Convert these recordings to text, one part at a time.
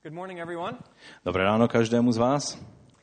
Good morning, everyone. Dobré ráno každému z vás.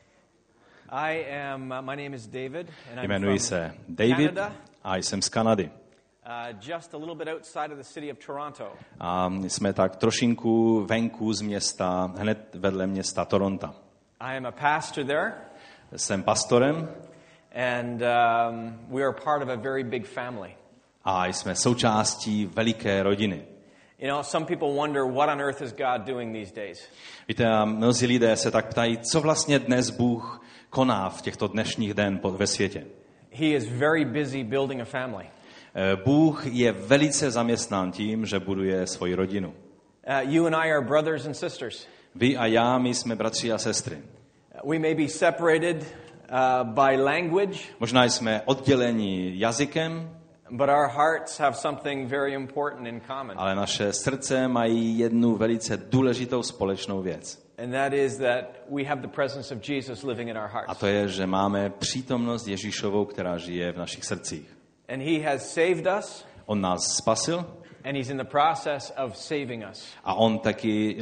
My name is David, and I'm Jmenuji from se David Canada, a jsem z Kanady. just a little bit outside of the city of Toronto. A jsme tak trošinku venku z města, hned vedle města Toronto. I am a pastor there, Jsem pastorem and we are part of a very big family. a jsme součástí veliké rodiny. You know, some people wonder what on earth is God doing these days. Víte, a mnozí lidé se tak ptají, co vlastně dnes Bůh koná v těchto dnešních dnech ve světě. He is very busy building a family. Bůh je velice zaměstnán tím, že buduje svoji rodinu. You and I are brothers and sisters. Vy a já, my jsme bratři a sestry. We may be separated by language, Možná jsme odděleni jazykem, but our hearts have something very important in common. ale naše srdce mají jednu velice důležitou společnou věc. And that is that we have the presence of Jesus living in our A hearts. to je, že máme přítomnost Ježíšovou, která žije v našich srdcích. And he has saved us, On nás spasil and he's in the process of saving us. a on taky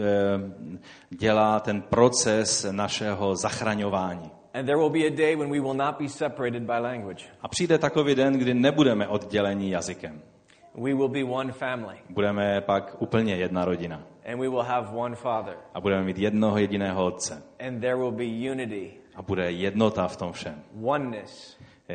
dělá ten proces našeho zachraňování. And there will be a day when we will not be separated by language. A přijde takový den, kdy nebudeme odděleni jazykem. We will be one family, Budeme pak úplně jedna rodina. and we will have one Father, A budeme mít jednoho jediného Otce. and there will be unity, A bude jednota v tom všem. oneness,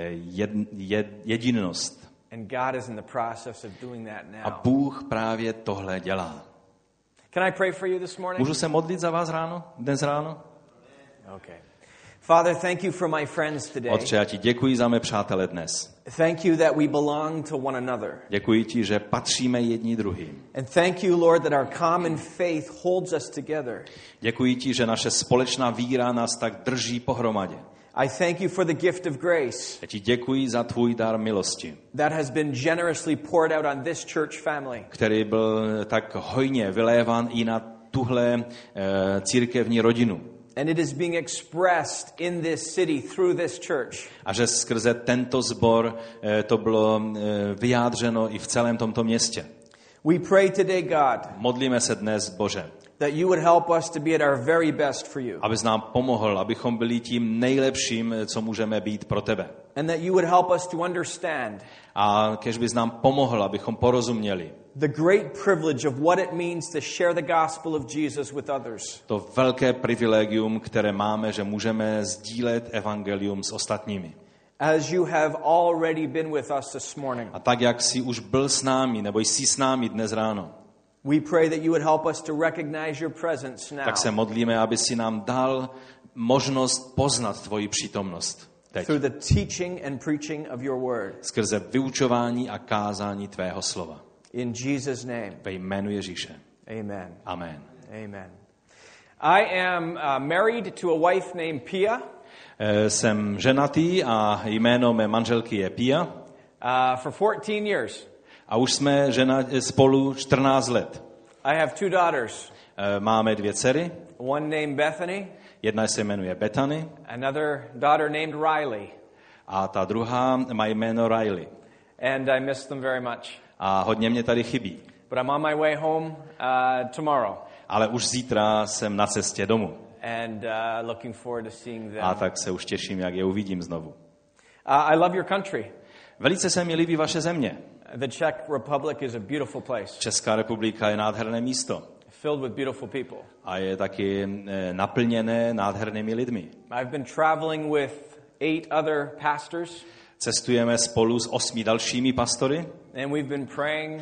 Jedinnost. and God is in the process of doing that A now. Bůh právě tohle dělá. Can I pray for you this morning? Můžu se modlit za vás dnes ráno? Okay. Father, thank you for my friends today. Otče, já ti děkuji za mé přátele dnes. Thank you that we belong to one another. Děkuji ti, že patříme jedni druhým. And thank you, Lord, that our common faith holds us together. Děkuji ti, že naše společná víra nás tak drží pohromadě. I thank you for the gift of grace Já ti děkuji za tvůj dar milosti, that has been generously poured out on this church family. který byl tak hojně vyléván i na tuhle církevní rodinu. And it is being expressed in this city through this church. A že skrze tento sbor to bylo vyjádřeno i v celém tomto městě. We pray today, God, Modlíme se dnes, Bože, that you would help us to be at our very best for you. abys nám pomohl, abychom byli tím nejlepším, co můžeme být pro tebe. And that you would help us to understand A kež bys nám pomohl, abychom porozuměli the great privilege of what it means to share the gospel of Jesus with others. to velké privilegium, které máme, že můžeme sdílet evangelium s ostatními. As you have already been with us this morning, A tak, jak jsi už byl s námi, nebo jsi s námi dnes ráno, we pray that you would help us to recognize your presence now tak se modlíme, aby si nám dal možnost poznat tvoji přítomnost teď. through the teaching and preaching of your word. Skrze vyučování a kázání tvého slova. In Jesus' name, Ve jménu Ježíše. amen. Amen. Amen. I am married to a wife named Pia. Jsem ženatý a jméno mé manželky je Pia. For 14 years. A už jsme spolu 14 let. I have two daughters. Máme 2 dcery. One named Bethany, Jedna se jmenuje Bethany another daughter named Riley. a ta druhá má jméno Riley. And I miss them very much. A hodně mě tady chybí. But I'm on my way home tomorrow. Ale už zítra jsem na cestě domů. And looking forward to seeing them. A tak se už těším, jak je uvidím znovu. I love your country. Velice se mi líbí vaše země. The Czech Republic is a beautiful place, Česká republika je nádherné místo. filled with beautiful people. A je taky naplněné nádhernými lidmi. I've been traveling with 8 other pastors, Cestujeme spolu s 8 dalšími pastory. and we've been praying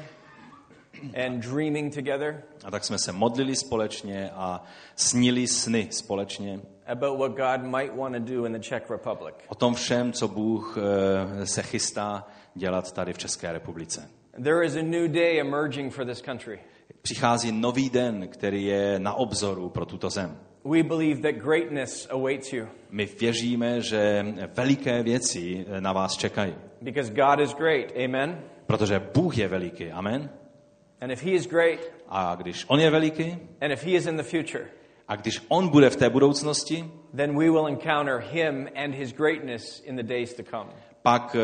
and dreaming together A tak jsme se modlili společně a snili sny společně. about what God might want to do in the Czech Republic. O tom všem, co Bůh se chystá dělat tady v České republice. There is a new day emerging for this country. Přichází nový den, který je na obzoru pro tuto zem. We believe that greatness awaits you My věříme, že veliké věci na vás čekají. because God is great. Amen. Protože Bůh je veliký. Amen. And if he is great, A když on je veliký, and if he is in the future, a když on bude v té budoucnosti, then we will encounter him and his greatness in the days to come. pak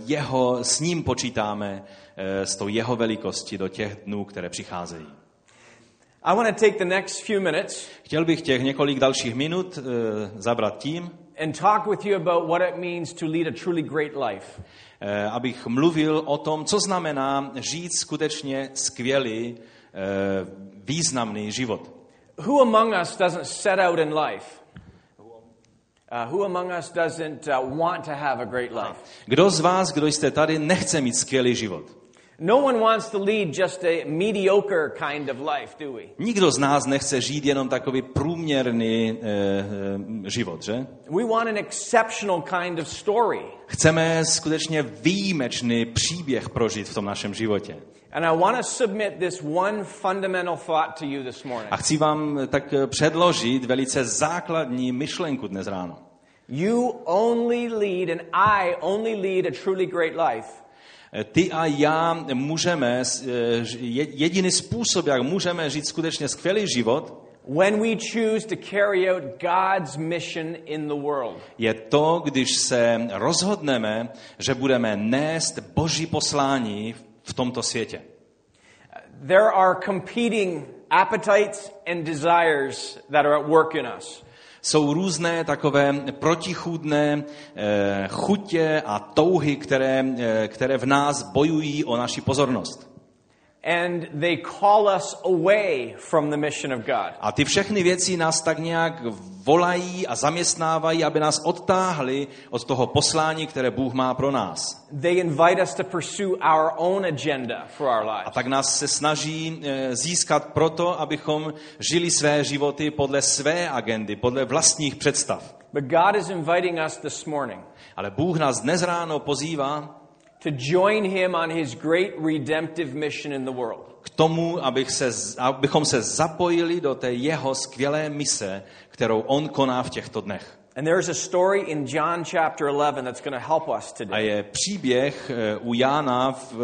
s ním počítáme s tou jeho velikostí do těch dnů, které přicházejí. I want to take the next few minutes Chtěl bych těch několik dalších minut zabrat tím, and talk with you about what it means to lead a truly great life. Abych mluvil o tom, co znamená žít skutečně skvělý, významný život. Who among us doesn't set out in life? Who among us doesn't want to have a great life? Kdo z vás, kdo jste tady, nechce mít skvělý život? No one wants to lead just a mediocre kind of life, do we? Nikdo z nás nechce žít jenom takový průměrný život, že? We want an exceptional kind of story. Chceme skutečně výjimečný příběh prožít v tom našem životě. And I want to submit this one fundamental thought to you this morning. A chci vám tak předložit velice základní myšlenku dnes ráno. You only lead and I only lead a truly great life. Ty a já můžeme, jediný způsob, jak můžeme žít skutečně skvělý život, when we choose to carry out God's mission in the world. Je to, když se rozhodneme, že budeme nést Boží poslání v tomto světě. There are competing appetites and desires that are at work in us. Jsou různé takové protichůdné chutě a touhy, které v nás bojují o naši pozornost. And they call us away from the mission of God. A ty všechny věci nás tak nějak volají a zaměstnávají, aby nás odtáhli od toho poslání, které Bůh má pro nás. They invite us to pursue our own agenda for our lives. A tak nás se snaží získat proto, abychom žili své životy podle své agendy, podle vlastních představ. But God is inviting us this morning. Ale Bůh nás dnes ráno pozývá to join him on his great redemptive mission in the world. K tomu, abychom se zapojili do té jeho skvělé mise, kterou on koná v těchto dnech. And there is a story in John chapter 11 that's going to help us today. A je příběh u Jána v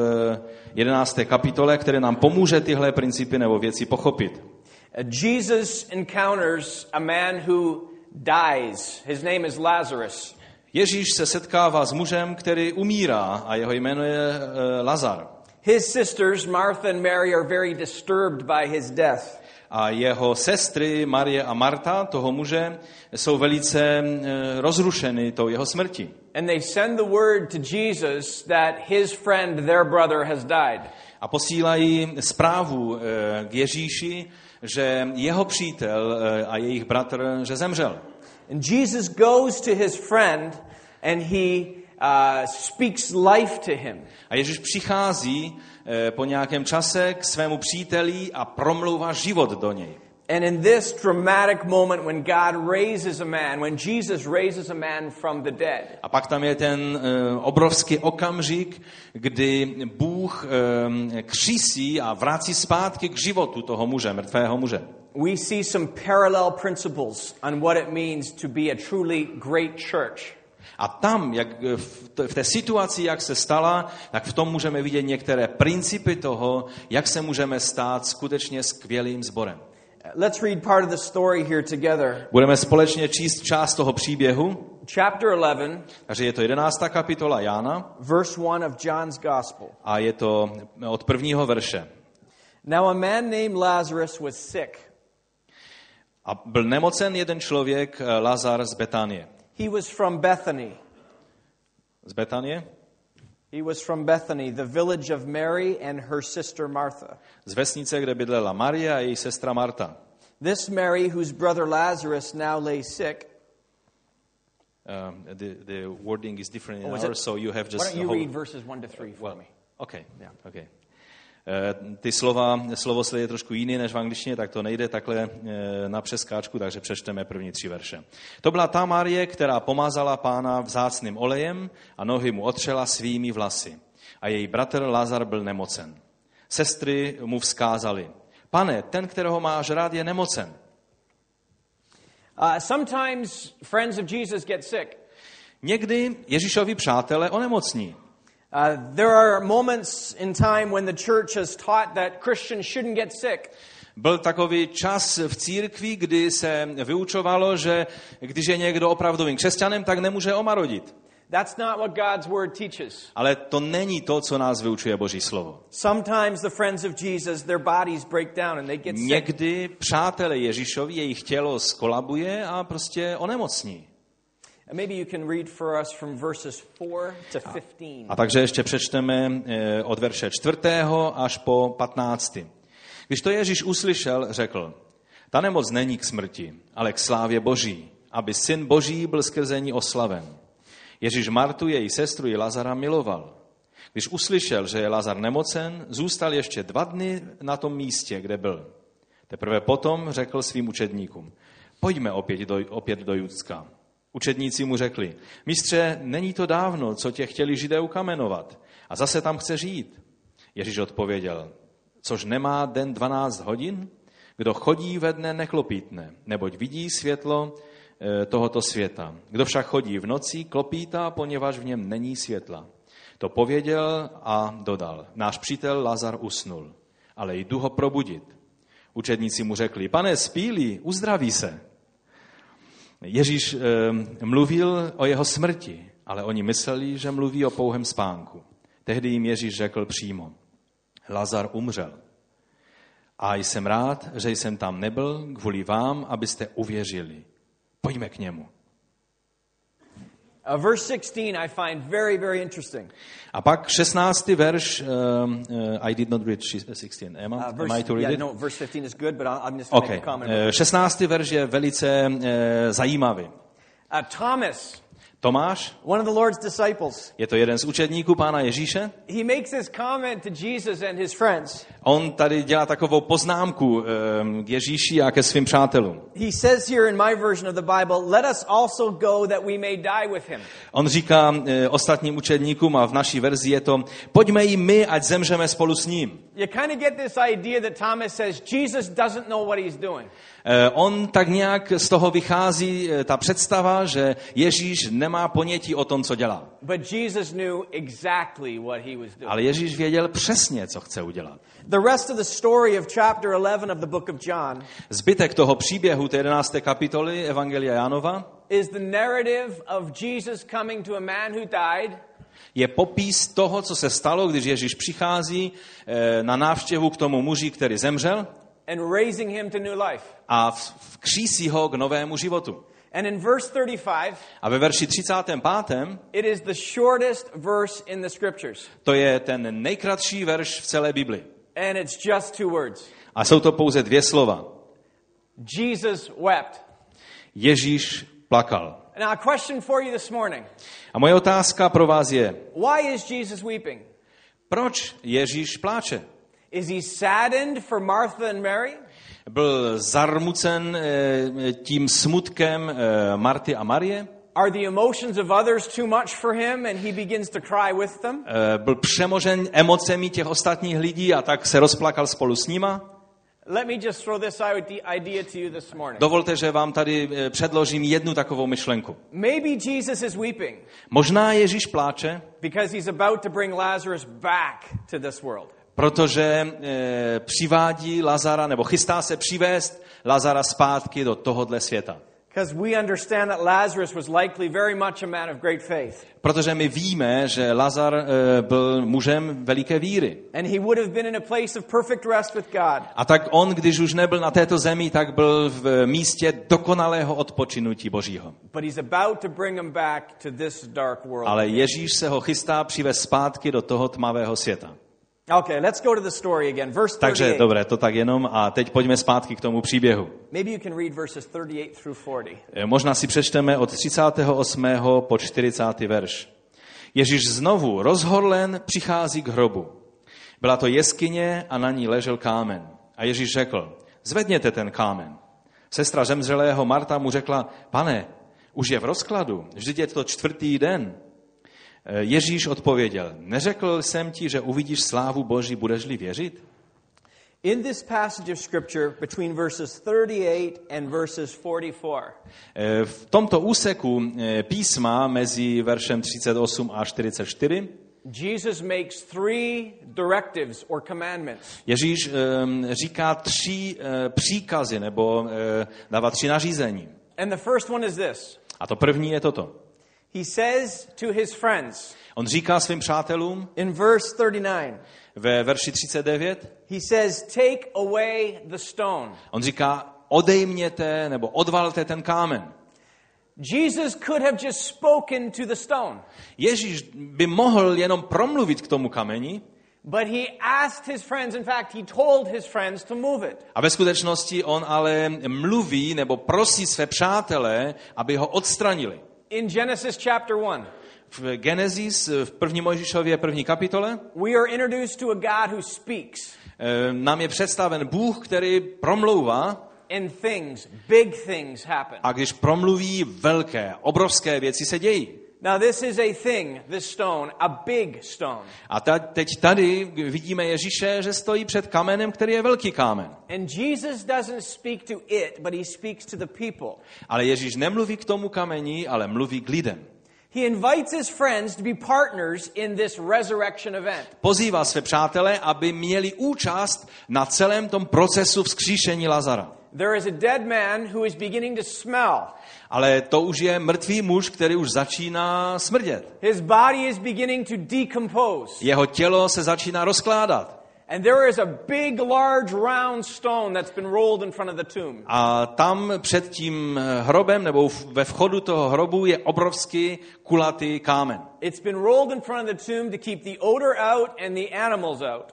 11. kapitole, který nám pomůže tyhle principy nebo věci pochopit. Jesus encounters a man who dies. His name is Lazarus. Ježíš se setkává s mužem, který umírá a jeho jméno je Lazar. His sisters, Martha and Mary, are very disturbed by his death. A jeho sestry Marie a Marta, toho muže, jsou velice rozrušeny tou jeho smrtí. And they send the word to Jesus that his friend, their brother, has died. A posílají zprávu k Ježíši, že jeho přítel a jejich bratr, že zemřel. And Jesus goes to his friend and he speaks life to him. A Ježíš přichází po nějakém čase k svému příteli a promlouvá život do něj. And in this dramatic moment when God raises a man, when Jesus raises a man from the dead. A pak tam je ten obrovský okamžik, kdy Bůh křísí a vrací zpátky k životu toho muže, mrtvého muže. We see some parallel principles on what it means to be a truly great church. A tam, jak v té situaci, jak se stala, tak v tom můžeme vidět některé principy toho, jak se můžeme stát skutečně skvělým sborem. Let's read part of the story here together. Budeme společně číst část toho příběhu. Chapter 11. Takže je to 11. kapitola Jána. Verse 1 of John's Gospel. A je to od 1. verše. Now a man named Lazarus was sick. A byl nemocen jeden člověk, Lazar z Betanie. He was from Bethany. Z Betanie? He was from Bethany, the village of Mary and her sister Martha. Z vesnice, kde bydlela Marie a její sestra Marta. This Mary, whose brother Lazarus now lay sick. The wording is different in ours, so you have just... Why don't you read verses 1 to 3 for me? Okay, yeah, okay. Ty slovo je trošku jiný než v angličtině, tak to nejde takhle na přeskáčku, takže přečteme první 3 verše. To byla ta Marie, která pomazala Pána vzácným olejem a nohy mu otřela svými vlasy. A její bratr Lazar byl nemocen. Sestry mu vzkázaly: Pane, ten, kterého máš rád, je nemocen. Sometimes friends of Jesus get sick. Někdy Ježíšovi přátelé onemocní. There are moments in time when the church has taught that Christians shouldn't get sick. Byl takový čas v církvi, kdy se vyučovalo, že když je někdo opravdovým křesťanem, tak nemůže omarodit. That's not what God's word teaches. Ale to není to, co nás vyučuje Boží slovo. Sometimes the friends of Jesus, their bodies break down and they get sick. Někdy přátelé Ježíšovi, jejich tělo skolabuje a prostě onemocní. And maybe you can read for us from verses 4 to 15. A takže ještě přečteme od verše 4. až po 15. Když to Ježíš uslyšel, řekl, ta nemoc není k smrti, ale k slávě Boží, aby Syn Boží byl skrze ní oslaven. Ježíš Martu, její sestru i Lazara miloval. Když uslyšel, že je Lazar nemocen, zůstal ještě 2 dny na tom místě, kde byl. Teprve potom řekl svým učedníkům, pojďme opět do Judska. Učedníci mu řekli, mistře, není to dávno, co tě chtěli Židé ukamenovat a zase tam chceš jít. Ježíš odpověděl, což nemá den 12 hodin? Kdo chodí ve dne, neklopítne, neboť vidí světlo tohoto světa. Kdo však chodí v noci, klopítá, poněvadž v něm není světla. To pověděl a dodal, náš přítel Lazar usnul, ale jdu ho probudit. Učedníci mu řekli, pane, spí-li, uzdraví se. Ježíš mluvil o jeho smrti, ale oni mysleli, že mluví o pouhém spánku. Tehdy jim Ježíš řekl přímo, Lazar umřel. A jsem rád, že jsem tam nebyl kvůli vám, abyste uvěřili. Pojďme k němu. Verse 16 I find very, very interesting. A pak 16. verš, I did not read 16. Am I to read it? No, verse 15 is good, but I'm just going to make a comment. 16. verš je velice zajímavý. Thomas, Tomáš, one of the Lord's disciples, je to jeden z učedníků Pána Ježíše. He makes this comment to Jesus and his friends. On tady dělá takovou poznámku k Ježíši a ke svým přátelům. He says here in my version of the Bible, let us also go that we may die with him. On říká ostatním učedníkům a v naší verzi je to, pojďme i my, ať zemřeme spolu s ním. You kind of get this idea that Thomas says Jesus doesn't know what he's doing. On tak nějak z toho vychází ta představa, že Ježíš nemá ponětí o tom, co dělá. But Jesus knew exactly what he was doing. Ale Ježíš věděl přesně, co chce udělat. The rest of the story of chapter 11 of the book of John Zbytek toho příběhu té 11. kapitoly Evangelia Janova is the narrative of Jesus coming to a man who died. Je popis toho, co se stalo, když Ježíš přichází na návštěvu k tomu muži, který zemřel and raising him to new life. A vkřísí ho k novému životu. And in verse 35, a ve verši 35. it is the shortest verse in the scriptures. To je ten nejkratší verš v celé Bibli. And it's just 2 words. A jsou to pouze 2 slova. Jesus wept. Ježíš plakal. Now a question for you this morning. A moje otázka pro vás je, why is Jesus weeping? Proč Ježíš pláče? Is he saddened for Martha and Mary? Byl zarmucen tím smutkem Marty a Marie? Are the emotions of others too much for him and he begins to cry with them? Byl přemožen emocemi těch ostatních lidí a tak se rozplakal spolu s nima? Let me just throw this idea to you this morning. Dovolte, že vám tady předložím jednu takovou myšlenku. Maybe Jesus is weeping. Možná Ježíš pláče, because he's about to bring Lazarus back to this world. Protože přivádí Lazara, nebo chystá se přivést Lazara zpátky do tohohle světa. Because we understand that Lazarus was likely very much a man of great faith. Protože my víme, že Lazar byl mužem veliké víry. And he would have been in a place of perfect rest with God. A tak on, když už nebyl na této zemi, tak byl v místě dokonalého odpočinutí Božího. But he's about to bring him back to this dark world. Ale Ježíš se ho chystá přivést zpátky do toho tmavého světa. Okay, let's go to the story again. Verse 38. Takže dobré, to tak jenom a teď pojďme zpátky k tomu příběhu. Maybe you can read verses 38 through 40. Možná si přečteme od 38. po 40. verš. Ježíš znovu rozhorlen přichází k hrobu. Byla to jeskyně a na ní ležel kámen. A Ježíš řekl, zvedněte ten kámen. Sestra zemřelého Marta mu řekla, pane, už je v rozkladu, vždyť je to 4. den. Ježíš odpověděl, neřekl jsem ti, že uvidíš slávu Boží, budeš-li věřit? In this passage of scripture between verses 38 and verses 44. V tomto úseku písma mezi veršem 38 a 44 Jesus makes 3 directives or commandments. Ježíš říká 3 příkazy nebo dává 3 nařízení. And the first one is this. A to první je toto. He says to his friends On říká svým přátelům in verse 39, ve verši 39, he says, take away the stone. on říká, odejměte nebo odvalte ten kámen. Jesus could have just spoken to the stone, Ježíš by mohl jenom promluvit k tomu kameni, but he asked his friends, in fact, he told his friends to move it. a ve skutečnosti on ale mluví nebo prosí své přátele, aby ho odstranili. In Genesis chapter 1, V Genesis, v 1. Mojžíšově 1. kapitole, we are introduced to a God who speaks, nám je představen Bůh, který promlouvá, and big things happen. a když promluví, velké, obrovské věci se dějí. Now this is a thing, this stone, a big stone. A teď tady vidíme Ježíše, že stojí před kamenem, který je velký kámen. And Jesus doesn't speak to it, but he speaks to the people. Ale Ježíš nemluví k tomu kameni, ale mluví k lidem. He invites his friends to be partners in this resurrection event. Pozývá své přátele, aby měli účast na celém tom procesu vzkříšení Lazara. There is a dead man who is beginning to smell. Ale to už je mrtvý muž, který už začíná smrdět. His body is beginning to decompose. Jeho tělo se začíná rozkládat. And there is a big, large, round stone that's been rolled in front of the tomb. A tam před tím hrobem, nebo ve vchodu toho hrobu, je obrovský kulatý kámen. It's been rolled in front of the tomb to keep the odor out and the animals out.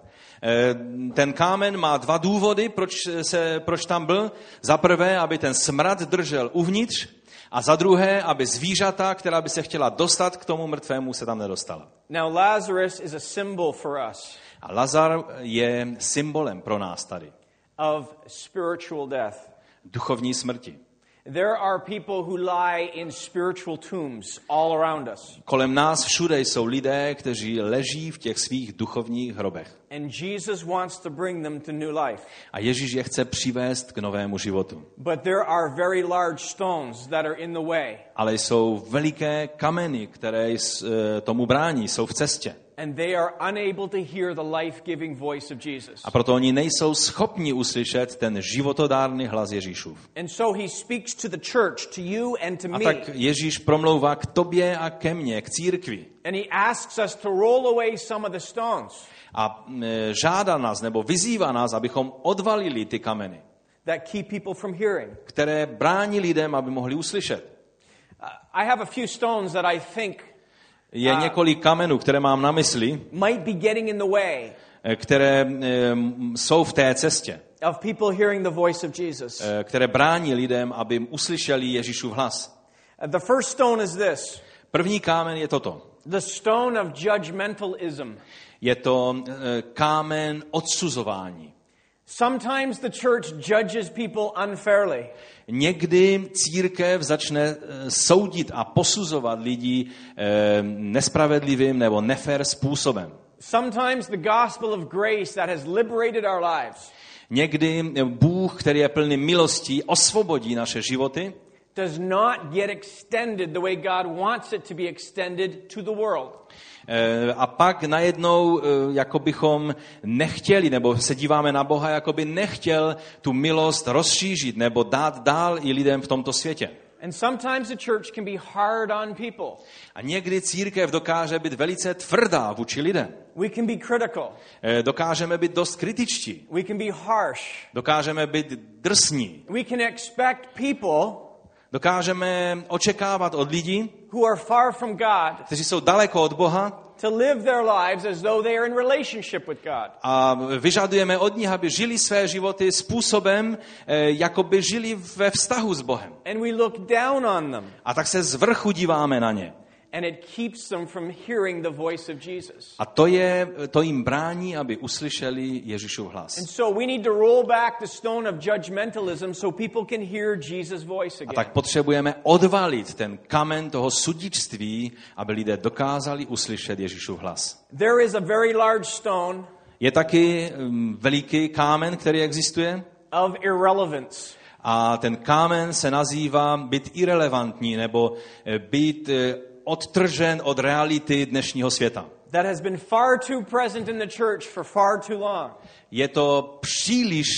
Ten kámen má dva důvody, proč tam byl. Za prvé, aby ten smrad držel uvnitř, a za druhé, aby zvířata, která by se chtěla dostat k tomu mrtvému, se tam nedostala. Now Lazarus is a symbol for us A Lazar je symbolem pro nás tady. of spiritual death. Duchovní smrti. There are people who lie in spiritual tombs all around us. Kolem nás všude jsou lidé, kteří leží v těch svých duchovních hrobech. And Jesus wants to bring them to new life. A Ježíš je chce přivést k novému životu. But there are very large stones that are in the way. Ale jsou veliké kameny, které tomu brání, jsou v cestě. And they are unable to hear the life-giving voice of Jesus. A proto oni nejsou schopni uslyšet ten životodárný hlas Ježíšův. And so he speaks to the church, to you and to A me. tak Ježíš promlouvá k tobě a ke mně, k církvi. And he asks us to roll away some of the stones A žádá nás, nebo vyzývá nás, abychom odvalili ty kameny, that keep people from hearing. které brání lidem, aby mohli uslyšet. I have a few stones that I think Je několik kamenů, které mám na mysli, might be getting in the way které jsou v té cestě, of people hearing the voice of Jesus. které brání lidem, aby uslyšeli Ježíšův hlas. The first stone is this. První kámen je toto. The stone of judgmentalism. Je to kámen odsuzování. Sometimes the church judges people unfairly. Někdy církev začne soudit a posuzovat lidi nespravedlivým nebo nefér způsobem. Sometimes the gospel of grace that has liberated our lives Někdy Bůh, který je plný milostí, osvobodí naše životy, does not get extended the way God wants it to be extended to the world. A pak najednou, jako bychom nechtěli, nebo se díváme na Boha, jako by nechtěl tu milost rozšířit nebo dát dál i lidem v tomto světě. And sometimes the church can be hard on people. A někdy církev dokáže být velice tvrdá vůči lidem. We can be critical. Dokážeme být dost kritičtí. We can be harsh. Dokážeme být drsní. We can expect people Dokážeme očekávat od lidí, who are far from God, kteří jsou daleko od Boha, to live their lives as though they are in relationship with God. a vyžadujeme od nich, aby žili své životy způsobem, jako by žili ve vztahu s Bohem. And we look down on them. A tak se z vrchu díváme na ně. And it keeps them from hearing the voice of Jesus. A to jim brání, aby uslyšeli Ježíšův hlas. And so we need to roll back the stone of judgmentalism so people can hear Jesus' voice A again. tak potřebujeme odvalit ten kamen toho sudičství, aby lidé dokázali uslyšet Ježíšův hlas. There is a very large stone Je taky veliký kámen, který existuje, of irrelevance. a ten kámen se nazývá být irelevantní nebo být odtržen od reality dnešního světa. That has been far too present in the church for far too long. Je to příliš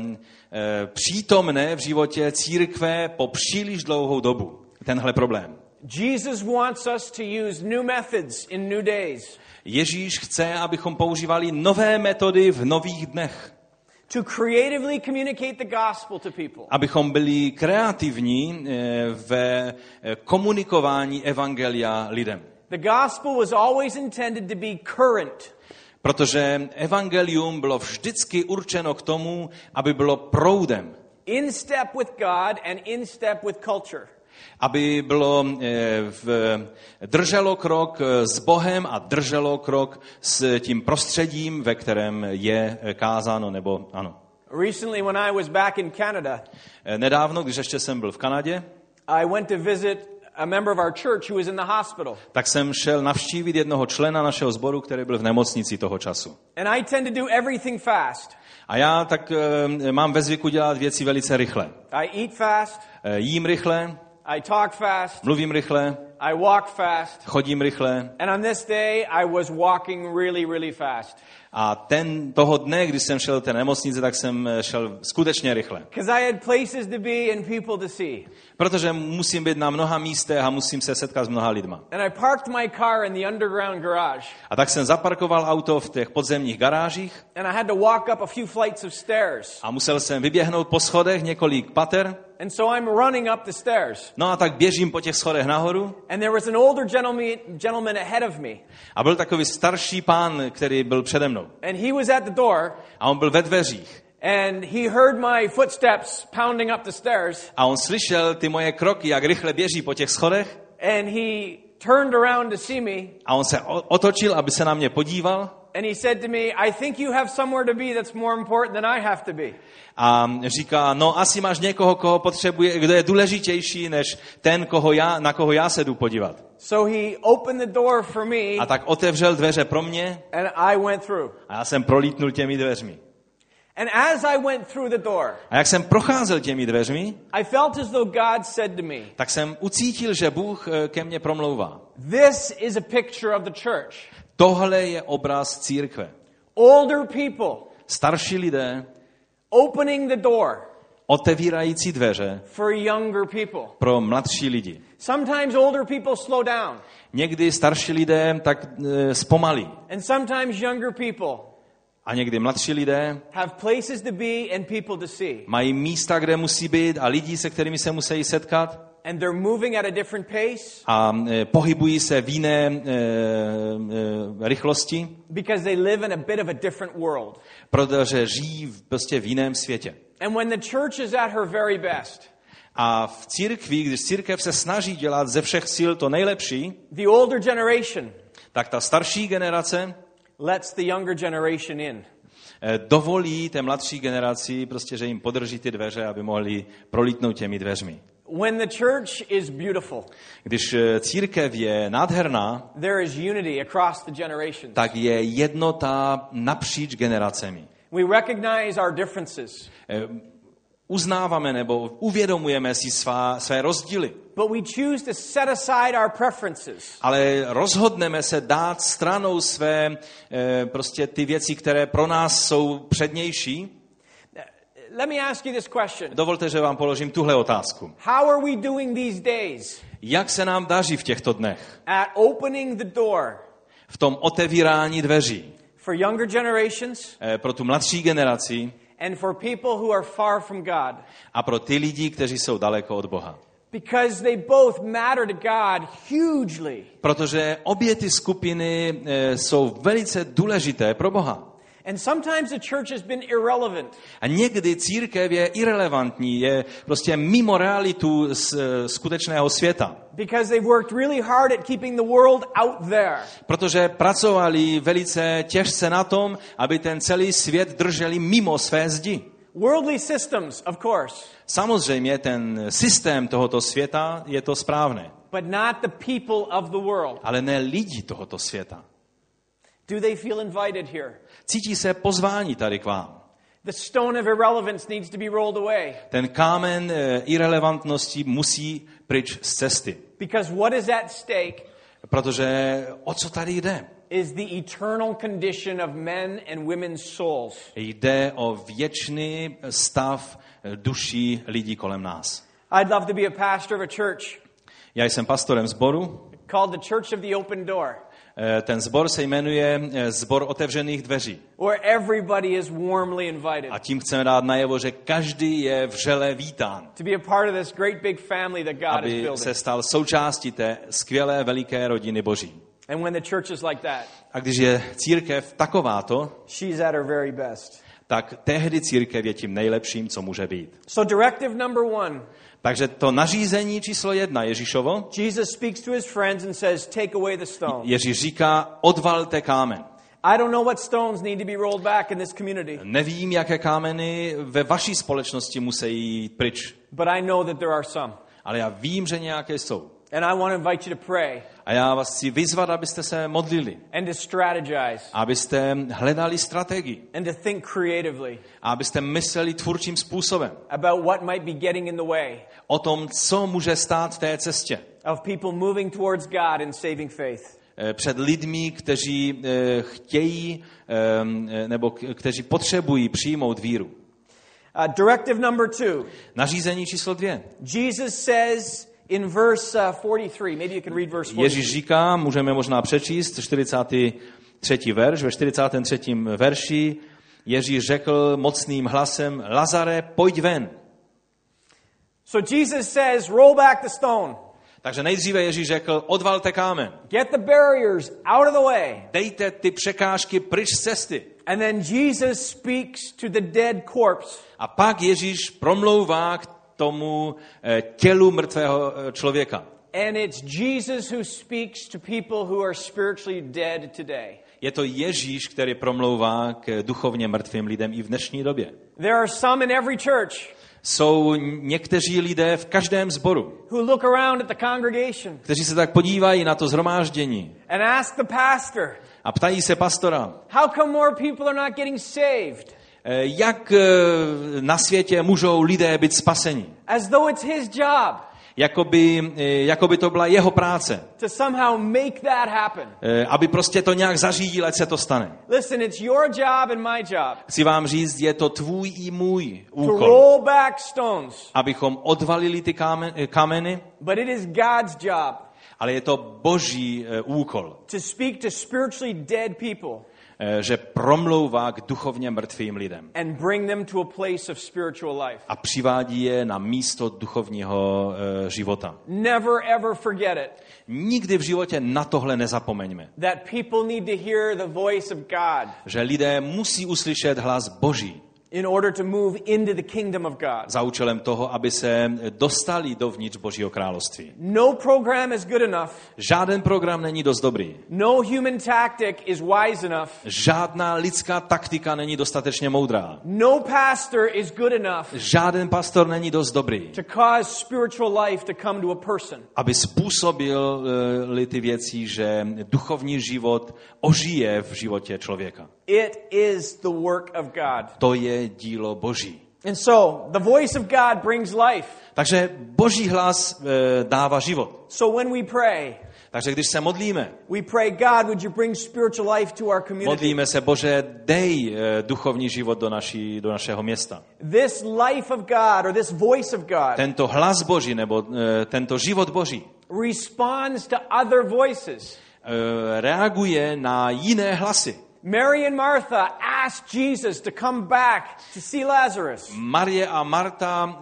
přítomné v životě církve po příliš dlouhou dobu, tenhle problém. Jesus wants us to use new methods in new days. Ježíš chce, abychom používali nové metody v nových dnech. To creatively communicate the gospel to people. Abychom byli kreativní ve komunikování evangelia lidem. The gospel was always intended to be current. Protože evangelium bylo vždycky určeno k tomu, aby bylo proudem. In step with God and in step with culture. Aby bylo drželo krok s Bohem a drželo krok s tím prostředím, ve kterém je kázáno, nebo ano. Recently when I was back in Canada, nedávno, když ještě jsem byl v Kanadě, I went to visit a member of our church who was in the hospital. Tak jsem šel navštívit jednoho člena našeho sboru, který byl v nemocnici toho času. And I tend to do everything fast. A já tak mám ve zvyku dělat věci velice rychle. I eat fast. Jím rychle. I talk fast. Mluvím rychle. I walk fast. Chodím rychle. And on this day I was walking really, really fast. A toho dne, když jsem šel do té nemocnice, tak jsem šel skutečně rychle. Because I had places to be and people to see. Protože musím být na mnoha místech a musím se setkat s mnoha lidma. And I parked my car in the underground garage. A tak jsem zaparkoval auto v těch podzemních garážích. And I had to walk up a few flights of stairs. A musel jsem vyběhnout po schodech několik pater. And so I'm running up the stairs. No a tak běžím po těch schodech nahoru. And there was an older gentleman ahead of me. A byl takový starší pán, který byl přede mnou. And he was at the door. A on byl ve dveřích. And he heard my footsteps pounding up the stairs. A on slyšel ty moje kroky, jak rychle běží po těch schodech. And he turned around to see me. A on se otočil, aby se na mě podíval. And he said to me, I think you have somewhere to be that's more important than I have to be. A říká, no asi máš někoho, koho potřebuje, kdo je důležitější než ten, na koho já se jdu podívat. So he opened the door for me. A tak otevřel dveře pro mě. And I went through. A já jsem prolítnul těmi dveřmi. And as I went through the door, a jak jsem procházel těmi dveřmi, I felt as though God said to me, tak jsem ucítil, že Bůh ke mně promlouvá. This is a picture of the church. Tohle je obraz církve. Older people, starší lidé, opening the door, otevírající dveře for younger people. Pro mladší lidi. Sometimes older people slow down. Někdy starší lidé tak zpomalí. And sometimes younger people a někdy mladší lidé have places to be and people to see. Mají místa, kde musí být a lidi, se kterými se musí setkat. And they're moving at a different pace. A pohybují se v jiné rychlosti. Because they live in a bit of a different world. Protože žijí prostě v jiném světě. And when the church is at her very best. A v církvi, když církev se snaží dělat ze všech sil to nejlepší, the older generation tak ta starší generace lets the younger generation in. Dovolí té mladší generaci, prostě, že jim podrží ty dveře, aby mohli prolítnout těmi dveřmi. When the church is beautiful, když církev je nádherná, there is unity across the generations. Tak je jednota napříč generacemi. We recognize our differences. Uznáváme nebo uvědomujeme si své rozdíly. But we choose to set aside our preferences. Ale rozhodneme se dát stranou své prostě ty věci, které pro nás jsou přednější. Let me ask you this question. Dovolte, že vám položím tuhle otázku. How are we doing these days? Jak se nám daří v těchto dnech? At opening the door. V tom otevírání dveří. For younger generations. Pro tu mladší generaci. And for people who are far from God. A pro ty lidi, kteří jsou daleko od Boha. Because they both matter to God hugely. Protože obě ty skupiny jsou velice důležité pro Boha. And sometimes the church has been irrelevant. A někdy církev je irelevantní, je prostě mimo realitu skutečného světa. Because they've worked really hard at keeping the world out there. Protože pracovali velice těžce na tom, aby ten celý svět drželi mimo své zdi. Worldly systems, of course. Samozřejmě ten systém tohoto světa je to správné. But not the people of the world. Ale ne lidi tohoto světa. Do they feel invited here? Cítí se pozvání tady k vám. The stone of irrelevance needs to be rolled away. Ten kámen irelevantnosti musí pryč z cesty. Because what is at stake? Protože o co tady jde? Is the eternal condition of men and women's souls. Jde o věčný stav duší lidí kolem nás. I'd love to be a pastor of a church. Já jsem pastorem sboru. called the Church of the Open Door, Ten sbor se jmenuje Sbor otevřených dveří. where everybody is warmly invited A tím chceme dát najevo, že každý je vřele vítán, to be a part of this great big family that God is aby building. se stal součástí té skvělé veliké rodiny Boží. And when the church is like that, A když je církev takováto, she's at her very best. tak tehdy církev je tím nejlepším, co může být. So directive number 1, Takže to nařízení číslo 1 Ježíšovo, Jesus speaks to his friends and says, take away the stone. Ježíš říká, odvalte kámen. I don't know what stones need to be rolled back in this community, Nevím, jaké kámeny ve vaší společnosti musí jít pryč, but I know that there are some. ale já vím, že nějaké jsou. And I want to invite you to pray A já vás chci vyzvat, abyste se modlili, and to strategize abyste hledali strategii, and to think creatively a abyste mysleli tvůrčím způsobem about what might be getting in the way o tom, co může stát v té cestě of people moving towards God in saving faith. před lidmi, kteří chtějí nebo kteří potřebují přijmout víru. Directive number 2. Nařízení číslo 2. Jesus says in verse 43, maybe you can read verse 43. Ježíš říká, můžeme možná přečíst 43. verš, ve 43. verši Ježíš řekl mocným hlasem, Lazare, pojď ven. So Jesus says, roll back the stone. Takže nejdříve Ježíš řekl, odvalte kámen. Get the barriers out of the way. Dejte ty překážky pryč z cesty. And then Jesus speaks to the dead corpse. A pak Ježíš promlouvá k tomu tělu mrtvého člověka. And it's Jesus who speaks to people who are spiritually dead today. Je to Ježíš, který promlouvá k duchovně mrtvým lidem i v dnešní době. There are some in every church Jsou někteří lidé v každém sboru, who look around at the congregation kteří se tak podívají na to shromáždění and ask the pastor, a ptají se pastora, how come more people are not getting saved? jak na světě můžou lidé být spaseni. As though it's his job Jako by to byla jeho práce. to somehow make that happen. Aby prostě to nějak zařídil, ať se to stane. Listen, it's your job and my job Chci vám říct, je to tvůj i můj to úkol, roll back stones, abychom odvalili ty kameny, but it is God's job ale je to Boží úkol, to speak to spiritually dead people že promlouvá k duchovně mrtvým lidem and bring them to a place of spiritual life. a přivádí je na místo duchovního života. Never ever forget it, Nikdy v životě na tohle nezapomeňme, that people need to hear the voice of God že lidé musí uslyšet hlas Boží in order to move into the kingdom of God. za účelem toho, aby se dostali dovnitř Božího království. No program is good enough. Žáden program není dost dobrý. No human tactic is wise enough. Žádná lidská taktika není dostatečně moudrá. No pastor is good enough Žáden pastor není dost dobrý, to cause spiritual life to come to a person. aby způsobil ty věci, že duchovní život ožije v životě člověka. It is the work of God. To je dílo Boží. And so, the voice of God brings life. Takže Boží hlas dává život. So when we pray, Takže když se modlíme, we pray, God, would you bring spiritual life to our community? modlíme se, Bože, dej duchovní život do našeho města. This life of God, or this voice of God, Tento hlas Boží, nebo tento život Boží, responds to other voices. reaguje na jiné hlasy. Mary and Martha asked Jesus to come back to see Lazarus. Marie a Marta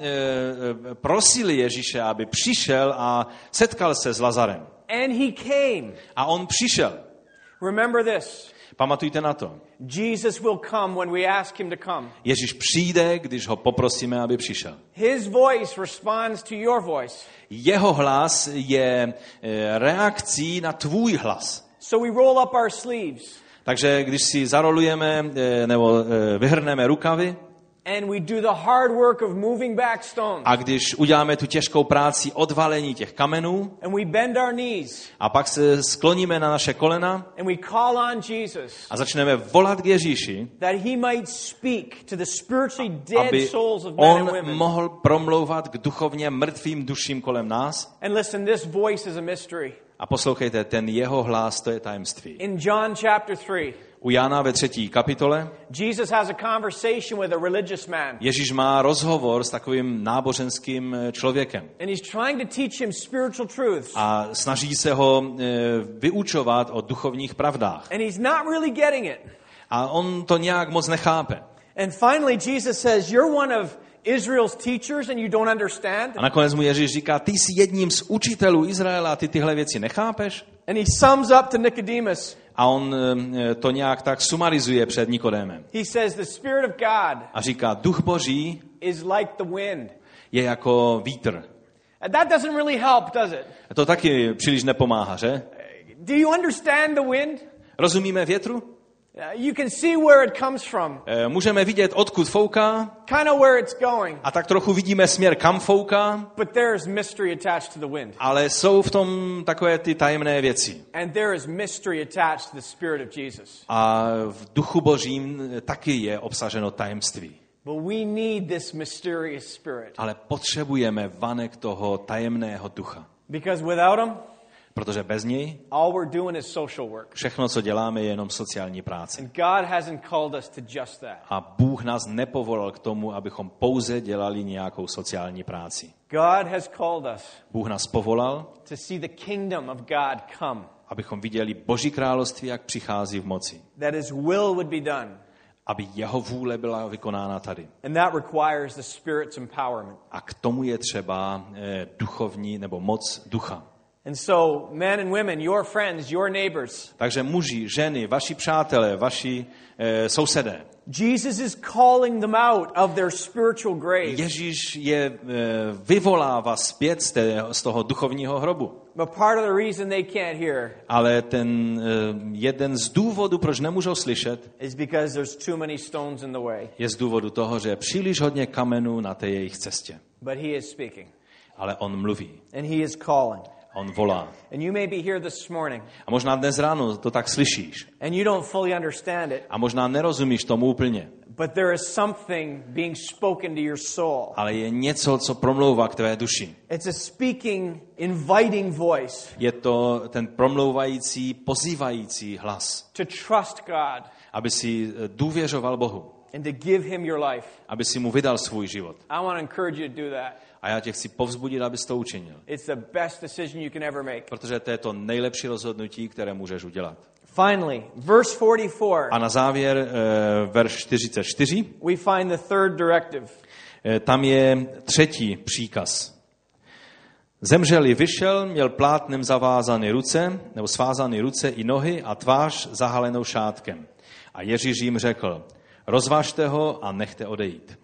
prosili Ježíše, aby přišel a setkal se s Lazarem. And he came. A on přišel. Remember this. Pamatujte na to. Jesus will come when we ask him to come. Ježíš přijde, když ho poprosíme, aby přišel. His voice responds to your voice. Jeho hlas je reakcí na tvůj hlas. So we roll up our sleeves. Takže když si zarolujeme nebo vyhrneme rukavy and we do the hard work of moving back stones. A když uděláme tu těžkou práci odvalení těch kamenů And we bend our knees. a pak se skloníme na naše kolena And we call on Jesus. a začneme volat k Ježíši, That he might speak to the spiritually dead aby souls of men and on women. mohl promlouvat k duchovně mrtvým duším kolem nás. And listen, this voice is a mystery. A poslouchejte, ten jeho hlas, to je tajemství. In John chapter 3, U Jána ve 3. kapitole Jesus has a conversation with a religious man. Ježíš má rozhovor s takovým náboženským člověkem. And he's trying to teach him spiritual truths. A snaží se ho vyučovat o duchovních pravdách. And he's not really getting it. A on to nějak moc nechápe. And finally Jesus says, "You're one of Israel's teachers and you don't understand." A nakonec mu Ježíš říká, ty jsi jedním z učitelů Izraela a ty tyhle věci nechápeš? And he sums up to Nicodemus. A on to nějak tak sumarizuje před Nikodémem. He says the Spirit of God A říká, duch Boží is like the wind. je jako vítr. And that doesn't really help, does it? To taky příliš nepomáhá, že? Do you understand the wind? Rozumíme větru? You can see where it comes from. Můžeme vidět, odkud fouká, Kind of where it's going. a tak trochu vidíme směr, kam fouká, But there is mystery attached to the wind. ale jsou v tom takové ty tajemné věci. And there is mystery attached to the Spirit of Jesus. A v duchu Božím taky je obsaženo tajemství. But we need this mysterious Spirit. Ale potřebujeme vanek toho tajemného ducha. Because without him, Protože bez něj all we're doing is social work. všechno, co děláme, je jenom sociální práce. And God hasn't called us to just that. A Bůh nás nepovolal k tomu, abychom pouze dělali nějakou sociální práci. God has called us Bůh nás povolal, to see the kingdom of God come. abychom viděli Boží království, jak přichází v moci. That his will would be done. Aby jeho vůle byla vykonána tady. And that requires the Spirit's empowerment. A k tomu je třeba duchovní nebo moc ducha. And so, men and women, your friends, your neighbors. Takže muži, ženy, vaši přátelé, vaši sousedé. Jesus is calling them out of their spiritual grave. Ježíš je vyvolává zpět z toho duchovního hrobu. But part of the reason they can't hear Ale ten jeden z důvodů, proč nemůžou slyšet, is because there's too many stones in the way. je z důvodu toho, že je příliš hodně kamenů na té jejich cestě. But he is speaking. Ale on mluví. And he is calling. On volá. And you may be here this morning. A možná dnes ráno to tak slyšíš. And you don't fully understand it. A možná nerozumíš tomu úplně. But there is something being spoken to your soul. Ale je něco, co promlouvá k tvé duši. It's a speaking, inviting voice. Je to ten promlouvající, pozývající hlas. To trust God. Aby si důvěřoval Bohu. And to give him your life. Aby si mu vydal svůj život. I want to encourage you to do that. A já tě chci povzbudit, abys to učinil. It's the best decision you can ever make. Protože to je to nejlepší rozhodnutí, které můžeš udělat. Finally, verse 44. A na závěr verš 44. We find the third directive. Tam je třetí příkaz. Zemřeli vyšel, měl plátnem zavázané ruce, nebo svázané ruce i nohy a tvář zahalenou šátkem. A Ježíš jim řekl, rozvažte ho a nechte odejít.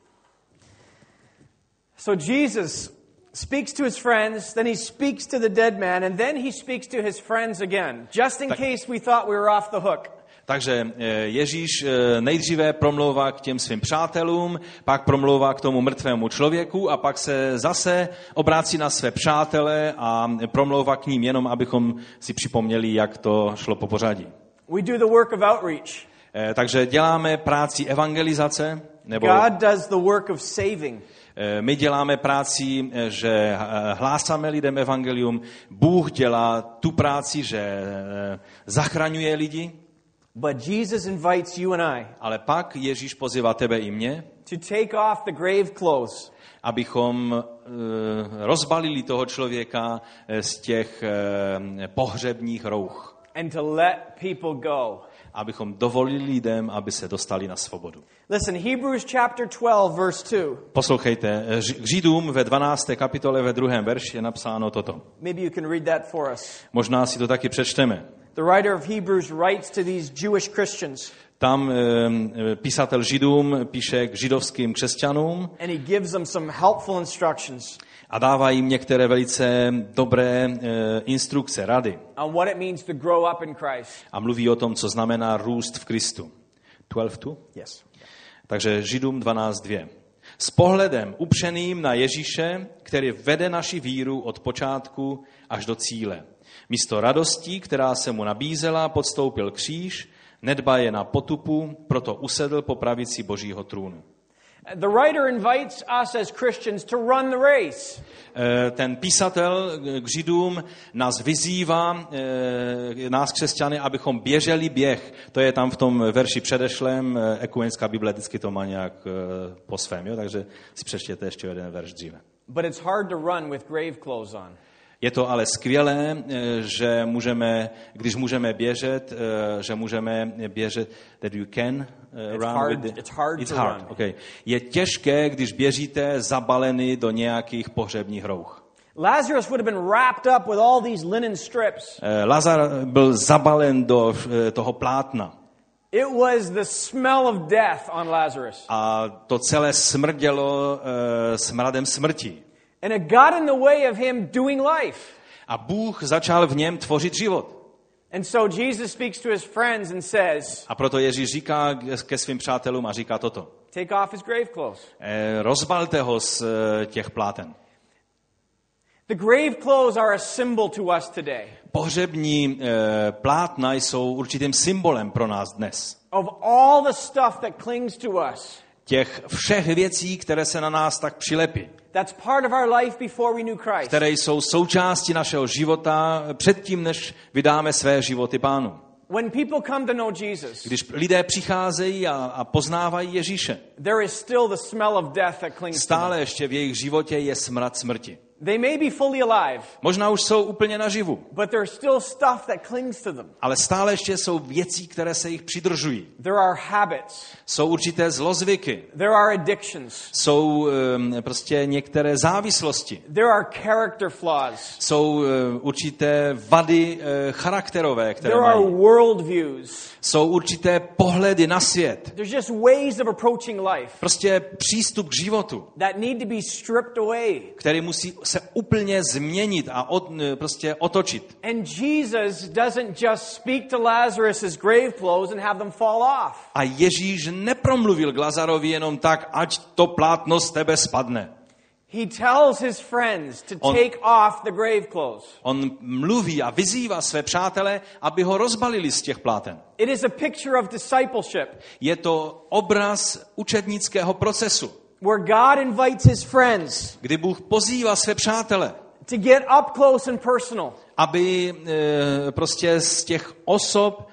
So Jesus speaks to his friends, then he speaks to the dead man, and then he speaks to his friends again, just in case we thought we were off the hook. Takže Ježíš nejdříve promlouvá k těm svým přátelům, pak promlouvá k tomu mrtvému člověku a pak se zase obrácí na své přátele a promlouvá k ním, jenom abychom si připomněli, jak to šlo po pořadí. We do the work of outreach. Takže děláme práci evangelizace, nebo God does the work of saving. My děláme práci, že hlásáme lidem evangelium. Bůh dělá tu práci, že zachraňuje lidi. But Jesus invites you and I. Ale pak Ježíš pozývá tebe i mě. To take off the grave clothes. Abychom rozbalili toho člověka z těch pohřebních rouch. And to let people go. Abychom dovolili lidem, aby se dostali na svobodu. Listen, Hebrews chapter 12 verse 2. Poslouchejte, k Židům ve 12. kapitole ve 2. verši je napsáno toto. Maybe you can read that for us. Možná si to taky přečteme. The writer of Hebrews writes to these Jewish Christians. Tam písatel Židům píše k židovským křesťanům. And he gives them some helpful instructions. A dává jim některé velice dobré instrukce, rady. On what it means to grow up in Christ. A mluví o tom, co znamená růst v Kristu. 12:2? Yes. Takže Židům 12:2. S pohledem upřeným na Ježíše, který vede naši víru od počátku až do cíle. Místo radostí, která se mu nabízela, podstoupil kříž, nedbaje na potupu, proto usedl po pravici Božího trůnu. The writer invites us as Christians to run the race. ten písatel k Židům nás vyzývá, nás křesťany, abychom běželi běh. To je tam v tom verši předešlém, Ekumenická Bible vždycky to má nějak po svém, jo? Takže si přečtěte ještě jeden verš dříve. But it's hard to run with grave clothes on. Je to ale skvělé, že můžeme, když můžeme běžet, že můžeme běžet, that you can run with the... It's hard to run. Okay. Je těžké, když běžíte zabalený do nějakých pohřebních rouch. Lazarus would have been wrapped up with all these linen strips. Lazar byl zabalen do toho plátna. It was the smell of death on Lazarus. A to celé smrdělo smradem smrti. And it got in the way of him doing life. A Bůh začal v něm tvořit život. And so Jesus speaks to his friends and says, A proto Ježíš říká ke svým přátelům a říká toto. take off his grave clothes. Rozbalte ho z těch pláten. The grave clothes are a symbol to us today. Pohřební plátna jsou určitým symbolem pro nás dnes. Of all the stuff that clings to us. Těch všech věcí, které se na nás tak přilepí. That's part of our life before we knew Christ. Které jsou součástí našeho života předtím, než vydáme své životy Pánu. When people come to know Jesus, Když lidé přicházejí a poznávají Ježíše, there is still the smell of death that clings to stále them. ještě v jejich životě je smrad smrti. They may be fully alive, Možná už jsou úplně naživu, but there's still stuff that clings to them. ale stále ještě jsou věcí, které se jich přidržují. There are habits. Jsou určité zlozvyky, There are addictions. jsou prostě některé závislosti, There are character flaws. jsou určité vady charakterové, které There are mají. worldviews. Jsou určité pohledy na svět. There's just ways of approaching life Prostě přístup k životu, that need to be stripped away. který musí se úplně změnit a prostě otočit. And Jesus doesn't just speak to Lazarus' grave clothes and have them fall off. A Ježíš nepromluvil k Lazarovi jenom tak, ať to plátno z tebe spadne. He tells his friends to take off the grave clothes. On mluví a vyzývá své přátele, aby ho rozbalili z těch pláten. It is a picture of discipleship, Je to obraz učednického procesu, where God invites his friends kdy Bůh pozývá své přátele, to get up close and personal. aby prostě z těch osob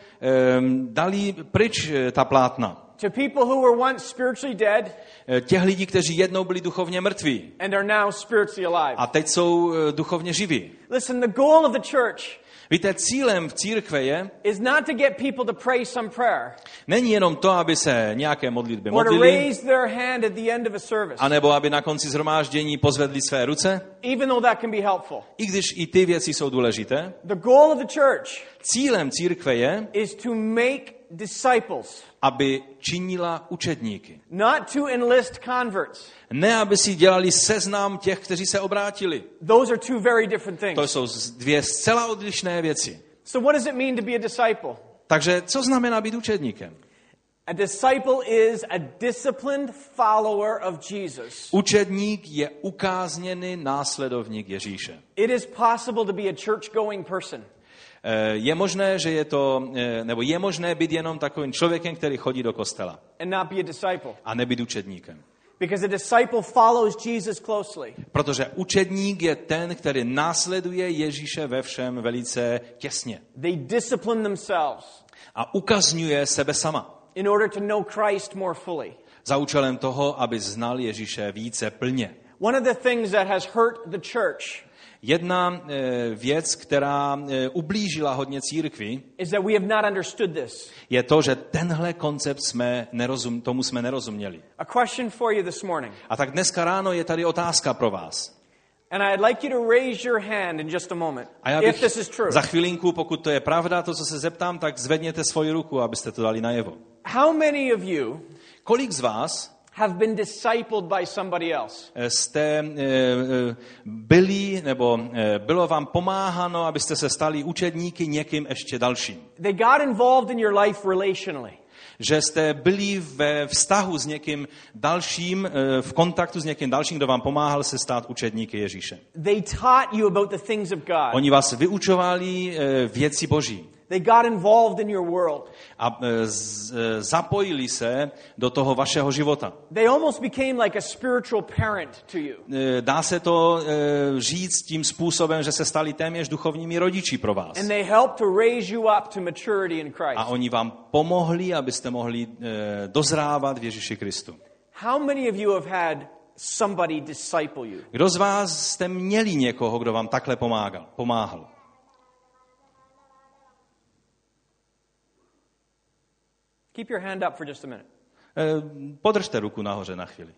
dali pryč ta plátna. To people who were once spiritually dead Těch lidí, kteří jednou byli duchovně mrtví and are now spiritually alive. a teď jsou duchovně živí. Listen, the goal of the church Víte, cílem v církve je, is not to get people to pray some prayer není jenom to, aby se nějaké modlitby or to modlili, raise their hand at the end of a service, anebo aby na konci shromáždění pozvedli své ruce, even though that can be helpful. i když i ty věci jsou důležité. The goal of the church Cílem církve je, is to make disciples, aby činila učedníky. not to enlist converts. Ne, aby si dělali seznam těch, kteří se obrátili. Those are two very different To things. jsou dvě zcela odlišné věci. So what does it mean to be a disciple? Takže co znamená být učedníkem? A disciple is a disciplined follower of Jesus. Učedník je ukázněný následovník Ježíše. It is possible to be a church-going person. Je možné, že je to, nebo je možné být jenom takovým člověkem, který chodí do kostela And not be a disciple. a nebýt učedníkem. Because a disciple follows Jesus closely. Protože učedník je ten, který následuje Ježíše ve všem velice těsně They discipline themselves a ukazňuje sebe sama in order to know Christ more fully. za účelem toho, aby znal Ježíše více plně. One of the things that has hurt the church Jedna věc, která ublížila hodně církvi, is that we have not understood this. je to, že tenhle koncept tomu jsme nerozuměli. A question for you this morning. A tak dneska ráno je tady otázka pro vás. And I'd like you to raise your hand in just a moment, A já if bych this is true. za chvilinku, pokud to je pravda, to, co se zeptám, tak zvedněte svoji ruku, abyste to dali najevo. How many of you Kolik z vás have been discipled by somebody else? jste byli, nebo bylo vám pomáháno, abyste se stali učedníky někým ještě dalším? They got involved in your life relationally. Že jste byli ve vztahu s někým dalším, v kontaktu s někým dalším, kdo vám pomáhal se stát učedníky Ježíše. They taught you about the things of God. Oni vás vyučovali věci Boží. They got involved in your world. A zapojili se do toho vašeho života. They almost became like a spiritual parent to you. Dá se to říct tím způsobem, že se stali téměř duchovními rodiči pro vás. And they helped to raise you up to maturity in Christ. A oni vám pomohli, abyste mohli dozrávat v Ježíši Kristu. How many of you have had somebody disciple you? Kdo z vás jste měli někoho, kdo vám takhle pomáhal? Keep your hand up for just a minute. Podržte ruku nahoře na chvíli.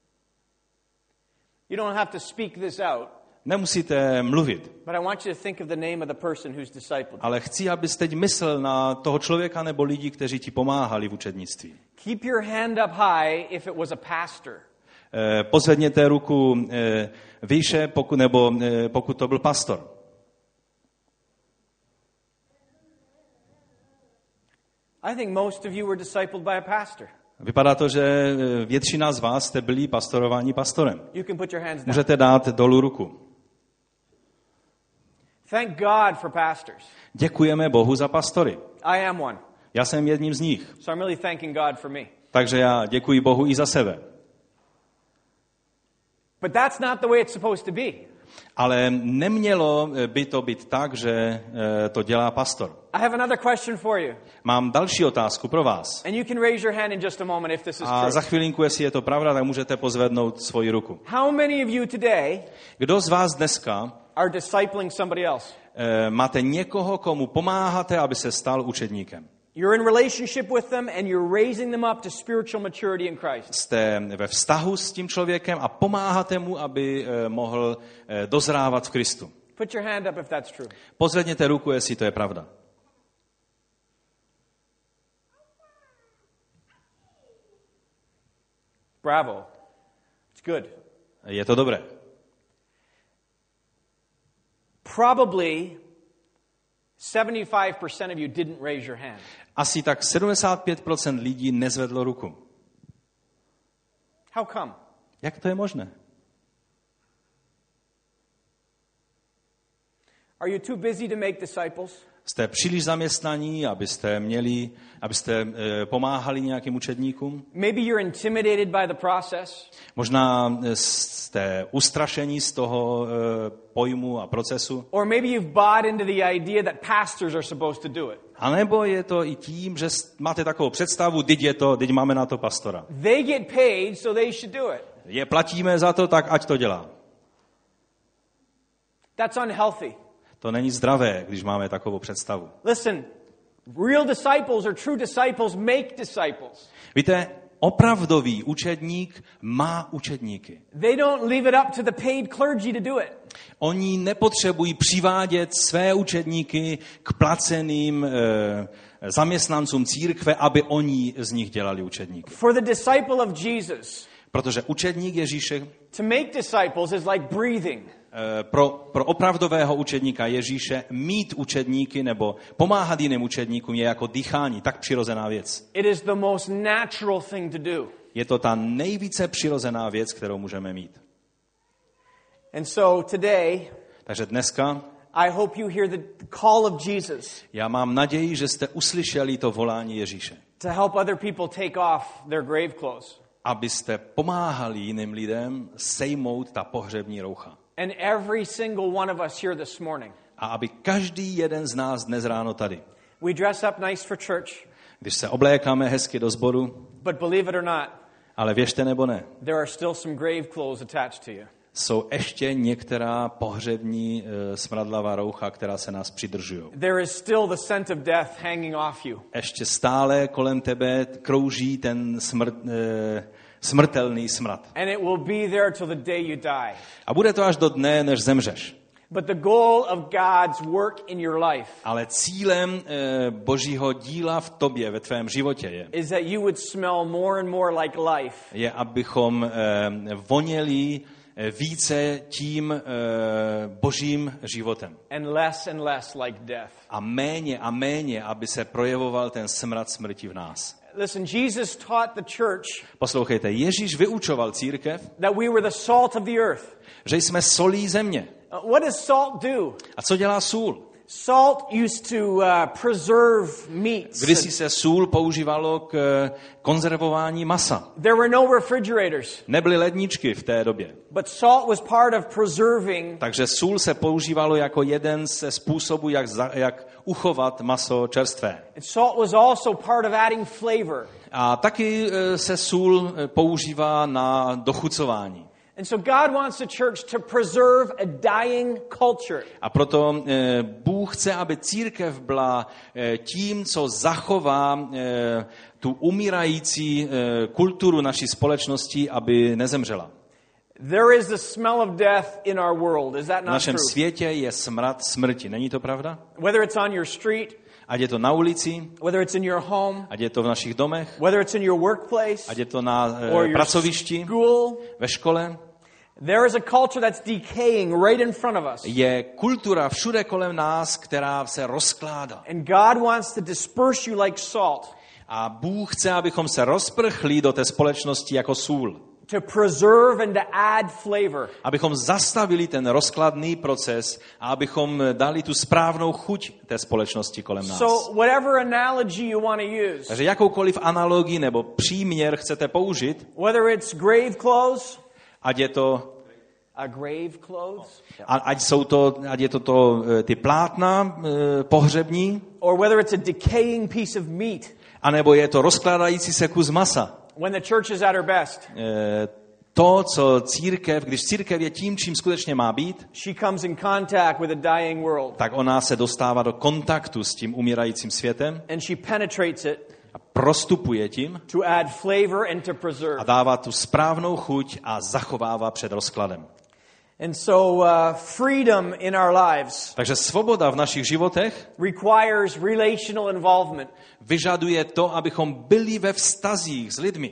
You don't have to speak this out. Nemusíte mluvit, But I want you to think of the name of the person who's discipled you. ale chci, abys teď myslel na toho člověka nebo lidi, kteří ti pomáhali v učednictví. Keep your hand up high if it was a pastor. Pozvedněte ruku výše, pokud to byl pastor. I think most of you were discipled by a pastor. Vypadá to, že většina z vás jste byli pastorováni pastorem. You can put your hands down. Můžete dát dolů ruku. Thank God for pastors. Děkujeme Bohu za pastory. I am one. Já jsem jedním z nich. So I'm really thanking God for me. Takže já děkuji Bohu i za sebe. But that's not the way it's supposed to be. Ale nemělo by to být tak, že to dělá pastor. I have another question for you. Mám další otázku pro vás. And you can raise your hand in just a moment if this is A true. za chvilinku, jestli je to pravda, tak můžete pozvednout svoji ruku. How many of you today Kdo z vás dneska are discipling somebody else? máte někoho, komu pomáháte, aby se stal učedníkem? You're in relationship with them and you're raising them up to spiritual maturity in Christ. Jste ve vztahu s tím člověkem a pomáháte mu, aby mohl dozrávat v Kristu. Put your hand up if that's true. Pozvedněte ruku, jestli to je pravda. Bravo. It's good. Je to dobré. Probably 75% of you didn't raise your hand. Asi tak 75% lidí nezvedlo ruku. How come? Jak to je možné? Are you too busy to make disciples? Jste příliš zaměstnaní, abyste pomáhali nějakým učedníkům? Maybe you're intimidated by the process. Možná jste ustrašení z toho pojmu a procesu. Or maybe you've bought into the idea that pastors are supposed to do it. A nebo je to i tím, že máte takovou představu, teď máme na to pastora. They get paid, so they should do it. Je platíme za to, tak ať to dělá. That's unhealthy. To není zdravé, když máme takovou představu. Listen, real disciples or true disciples make disciples. Víte, opravdový učedník má učedníky. They don't leave it up to the paid clergy to do it. Oni nepotřebují přivádět své učedníky k placeným zaměstnancům církve, aby oni z nich dělali učedníky. For the disciple of Jesus, Protože učedník Ježíše, to make disciples is like breathing. pro opravdového učedníka Ježíše mít učedníky nebo pomáhat jiným učedníkům je jako dýchání, tak přirozená věc. It is the most natural thing to do. Je to ta nejvíce přirozená věc, kterou můžeme mít. And so today, Takže dneska I hope you hear the call of Jesus já mám naději, že jste uslyšeli to volání Ježíše. to help other people take off their grave clothes. Abyste pomáhali jiným lidem sejmout ta pohřební roucha. And every single one of us here this morning. A aby každý jeden z nás dnes ráno tady, We dress up nice for church, když se oblékáme hezky do sboru, but believe it or not, ale věřte nebo ne, there are still some grave clothes attached to you. jsou ještě některá pohřební smradlavá roucha, která se nás přidržují. There is still the scent of death hanging off you. Ještě stále kolem tebe krouží ten smrtelný smrad. And it will be there till the day you die. A bude to až do dne, než zemřeš. But the goal of God's work in your life Ale cílem Božího díla v tobě, ve tvém životě is that you would smell more and more like life. je, abychom voněli více tím Božím životem. And less like death. A méně, aby se projevoval ten smrad smrti v nás. Listen, Jesus taught the church Poslouchejte, Ježíš vyučoval církev, that we were the salt of the earth. že jsme solí země. What does salt do? A co dělá sůl? Salt used to preserve meats. Kdysi se sůl používalo k konzervování masa. There were no refrigerators. Nebyly ledničky v té době. But salt was part of preserving. Takže sůl se používalo jako jeden ze způsobů, jak uchovat maso čerstvé. And salt was also part of adding flavor. A taky se sůl používá na dochucování. And so God wants the church to preserve a dying culture. A proto Bůh chce, aby církev byla tím, co zachová tu umírající kulturu naší společnosti, aby nezemřela. There is the smell of death in our world. Is that V not našem true? světě je smrad smrti. Není to pravda? Whether it's on your street, Ať je to na ulici, whether it's in your home, ať je to v našich domech, whether it's in your workplace ať je to na or your pracovišti, school, ve škole. there is a culture that's decaying right in front of us. Je kultura všude kolem nás, která se rozkládá. And God wants to disperse you like salt, A Bůh chce, abychom se rozprchli do té společnosti jako sůl. to preserve and to add flavor. Abychom zastavili ten rozkladný proces a abychom dali tu správnou chuť té společnosti kolem nás. So whatever analogy you want to use, Takže jakoukoliv analogii nebo příměr chcete použít, whether it's grave clothes, ať je to grave clothes, ať je to ty plátna pohřební, or whether it's a decaying piece of meat, anebo je to rozkládající se kus masa. when the church is at her best, To, co když církev je tím, čím skutečně má být, she comes in contact with a dying world, tak ona se dostává do kontaktu s tím umírajícím světem and she penetrates it a prostupuje tím to add flavor and to preserve. a dává tu správnou chuť a zachovává před rozkladem. And so freedom in our lives Takže svoboda v našich životech requires relational involvement. vyžaduje to, abychom byli ve vztazích s lidmi.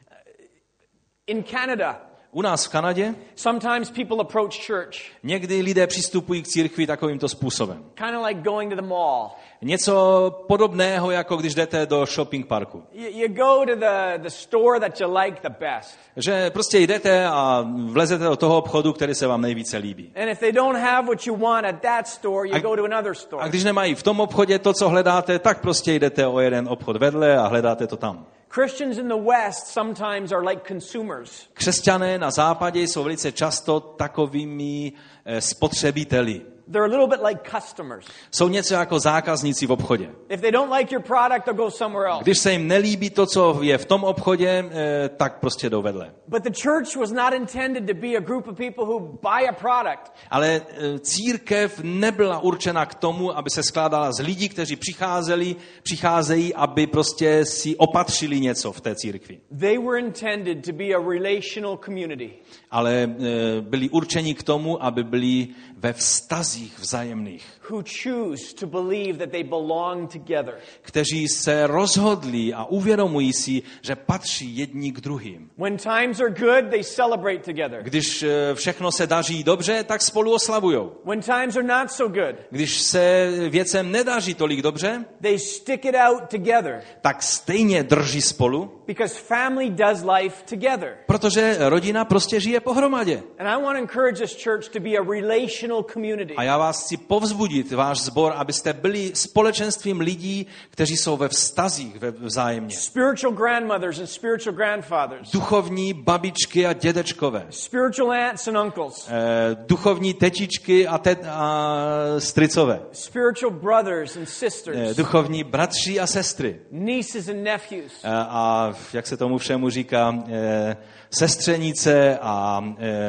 In Canada, U nás v Kanadě sometimes people approach church někdy lidé přistupují k církvi takovýmto způsobem. kind of like going to the mall. Něco podobného, jako když jdete do shopping parku. You go to the store that you like the best. Že prostě jdete a vlezete do toho obchodu, který se vám nejvíce líbí. And if they don't have what you want at that store, you go to another store. A když nemají v tom obchodě to, co hledáte, tak prostě jdete o jeden obchod vedle a hledáte to tam. Christians in the West sometimes are like consumers. Křesťané na západě jsou velice často takovými spotřebiteli. They're a little bit like customers. Jsou něco jako zákazníci v obchodě. If they don't like your product, they'll go somewhere else. Když se jim nelíbí to, co je v tom obchodě, tak prostě jdou vedle. But the church was not intended to be a group of people who buy a product. Ale církev nebyla určena k tomu, aby se skládala z lidí, kteří přicházejí, aby prostě si opatřili něco v té církvi. They were intended to be a relational community. Ale byli určeni k tomu, aby byli ve vztazích vzájemných. Who choose to believe that they belong together. Kteří se rozhodli a uvědomují si, že patří jedni k druhým. When times are good, they celebrate together. Když všechno se daří dobře, tak spolu oslavujou. When times are not so good, Když se věcem nedaří tolik dobře, they stick it out together. tak stejně drží spolu, Because family does life together. protože rodina prostě žije pohromadě. And I want to encourage this church to be a relational community. A já vás chci povzbudit, váš sbor, abyste byli společenstvím lidí, kteří jsou ve vztazích vzájemně. Spiritual grandmothers and spiritual grandfathers. Duchovní babičky a dědečkové. Spiritual aunts and uncles. Duchovní tetičky a stricové. Spiritual brothers and sisters. Duchovní bratři a sestry. Nieces and nephews. A jak se tomu všemu říká, sestřenice a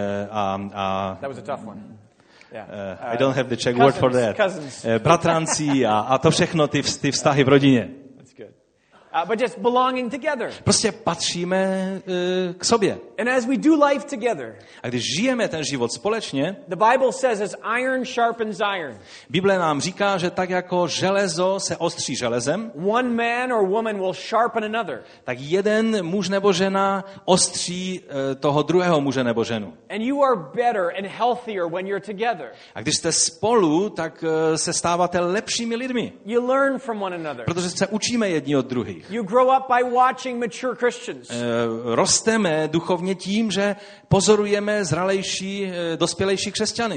That was a tough one. I don't have the Czech word for that. Cousins. Bratranci a to všechno, ty vztahy v rodině. That's good. But just belonging together. Prostě patříme k sobě. And as we do life together, A když žijeme ten život společně, the Bible says as iron sharpens iron, Bible nám říká, že tak jako železo se ostří železem, one man or woman will sharpen another. tak jeden muž nebo žena ostří toho druhého muže nebo ženu. And you are better and healthier when you're together. A když jste spolu, tak se stáváte lepšími lidmi, You learn from one another. protože se učíme jedni od druhých. You grow up by watching mature Christians. Rosteme duchovně tím, že pozorujeme zralejší, dospělejší křesťany.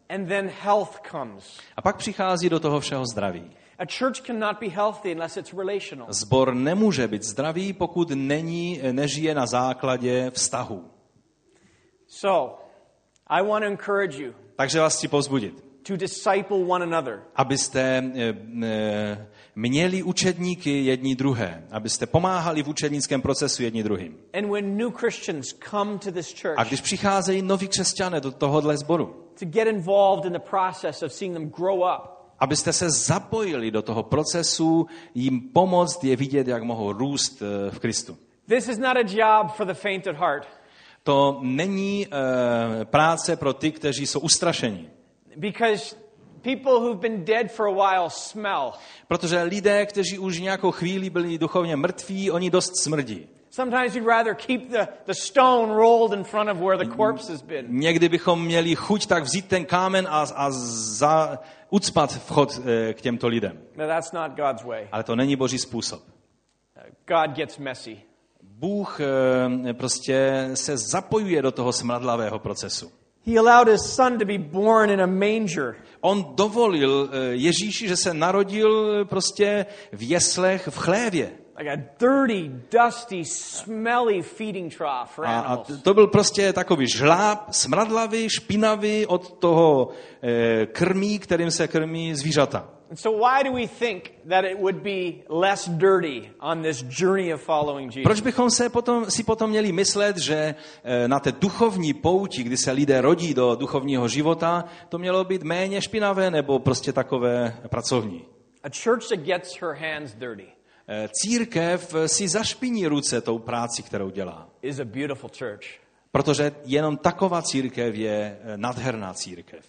And then health comes. A pak přichází do toho všeho zdraví. A church cannot be healthy unless it's relational. Sbor nemůže být zdravý, pokud nežije na základě vztahu. So, I want to encourage you Takže vás chci povzbudit, to disciple one another. abyste měli učedníky jedni druhé, abyste pomáhali v učednickém procesu jedni druhým. And when new Christians come to this church, A když přicházejí noví křesťané do tohohle sboru, to get involved in the process of seeing them grow up. abyste se zapojili do toho procesu, jim pomoct je vidět, jak mohou růst v Kristu. This is not a job for the faint at heart. To není práce pro ty, kteří jsou ustrašení. Because people who've been dead for a while smell. Protože lidé, kteří už nějakou chvíli byli duchovně mrtví, oni dost smrdí. Sometimes you'd rather keep the stone rolled in front of where the corpse has been. Někdy bychom měli chuť tak vzít ten kámen a ucpat vchod k těmto lidem. No, that's not God's way. Ale to není Boží způsob. God gets messy. Bůh prostě se zapojuje do toho smradlavého procesu. He allowed his son to be born in a manger. On dovolil Ježíši, že se narodil prostě v jeslech v chlévě. Like a dirty, dusty, smelly feeding trough for A animals. to byl prostě takový žláb, smradlavý, špinavý od toho krmí, kterým se krmí zvířata. And so why do we think that it would be less dirty on this journey of following Jesus? Proč bychom si potom měli myslet, že na té duchovní pouti, kdy se lidé rodí do duchovního života, to mělo být méně špinavé nebo prostě takové pracovní? A church that gets her hands dirty Církev si zašpiní ruce tou práci, kterou dělá. is a beautiful church. Protože jenom taková církev je nádherná církev.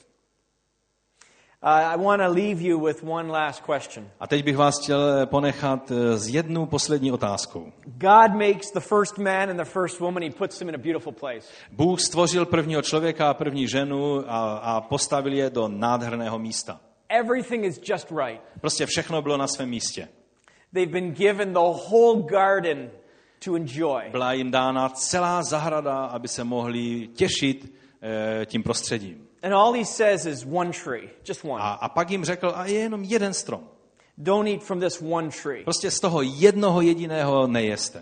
I want to leave you with one last question. A teď bych vás chtěl ponechat s jednou poslední otázkou. God makes the first man and the first woman. He puts them in a beautiful place. Bůh stvořil prvního člověka a první ženu a postavil je do nádherného místa. Everything is just right. Prostě všechno bylo na svém místě. They've been given the whole garden to enjoy. Byla jim dána celá zahrada, aby se mohli těšit tím prostředím. And all he says is one tree, just one. A pak jim řekl, a je jenom jeden strom. Don't eat from this one tree. Prostě z toho jednoho jediného nejeste.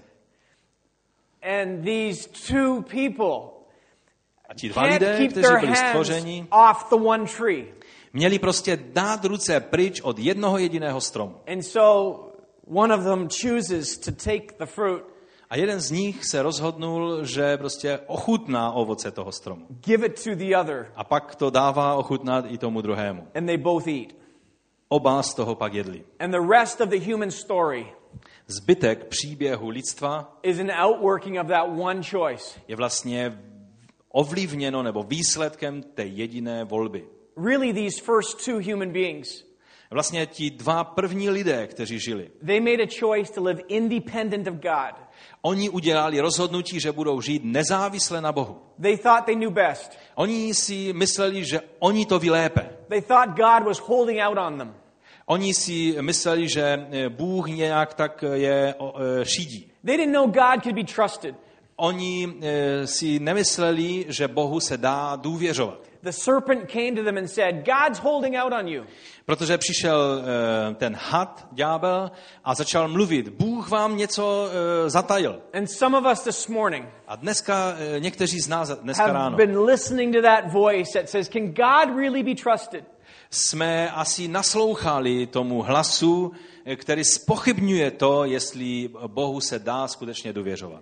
And these two people A ti dva can't lidé, keep kteří their byli hands stvořeni, off the one tree. měli prostě dát ruce pryč od jednoho jediného stromu. And so one of them chooses to take the fruit, A jeden z nich se rozhodnul, že prostě ochutná ovoce toho stromu. give it to the other, A pak to dává ochutnat i tomu druhému. and they both eat. Oba z toho pak jedli. And the rest of the human story Zbytek příběhu lidstva is an outworking of that one choice. je vlastně ovlivněno nebo výsledkem té jediné volby. Really, these first two human beings, Vlastně ti dva první lidé, kteří žili, they made a choice to live independent of God. oni udělali rozhodnutí, že budou žít nezávisle na Bohu. They thought they knew best. Oni si mysleli, že oni to ví lépe. They thought God was holding out on them. Oni si mysleli, že Bůh nějak tak je šídí. They didn't know God could be trusted. Oni si nemysleli, že Bohu se dá důvěřovat. The serpent came to them and said, God's holding out on you. Protože přišel ten had, ďábel, a začal mluvit. Bůh vám něco zatajil. And some of us this morning A dneska, někteří z nás dneska ráno, have been listening to that voice that says, can God really be trusted? jsme asi naslouchali tomu hlasu, který zpochybňuje to, jestli Bohu se dá skutečně důvěřovat.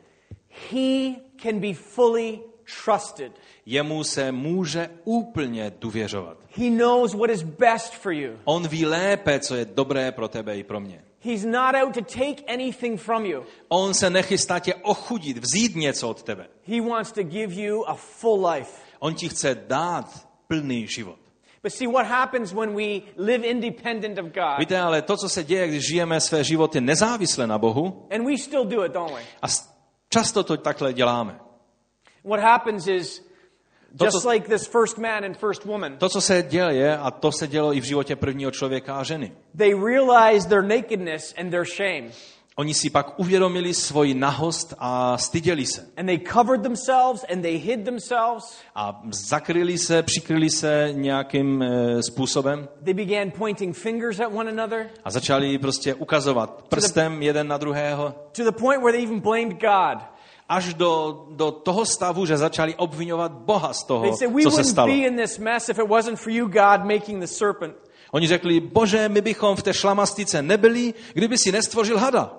He can be fully trusted. Jemu se může úplně důvěřovat. He knows what is best for you. On ví lépe, co je dobré pro tebe i pro mě. He's not out to take anything from you. On se nechystá tě ochudit, vzít něco od tebe. He wants to give you a full life. On ti chce dát plný život. But see, what happens when we live independent of God? Víte, ale to, co se děje, když žijeme své životy nezávisle na Bohu, And we still do it, don't we? a často to takhle děláme. What happens is, To, just co- like this first man and first woman, To, co se děje, a to se dělo i v životě prvního člověka a ženy. they realize their nakedness and their shame. Oni si pak uvědomili svoji nahost a styděli se. And they covered themselves and they hid themselves. A zakryli se, přikryli se nějakým způsobem. They began pointing fingers at one another. A začali prostě ukazovat prstem jeden na druhého. To the point where they even blamed God. Až do toho stavu, že začali obvinovat Boha z toho, They said, we co se wouldn't stalo. be in this mess if it wasn't for you, God, making the serpent. Oni řekli, Bože, my bychom v té šlamastice nebyli, kdyby si nestvořil hada.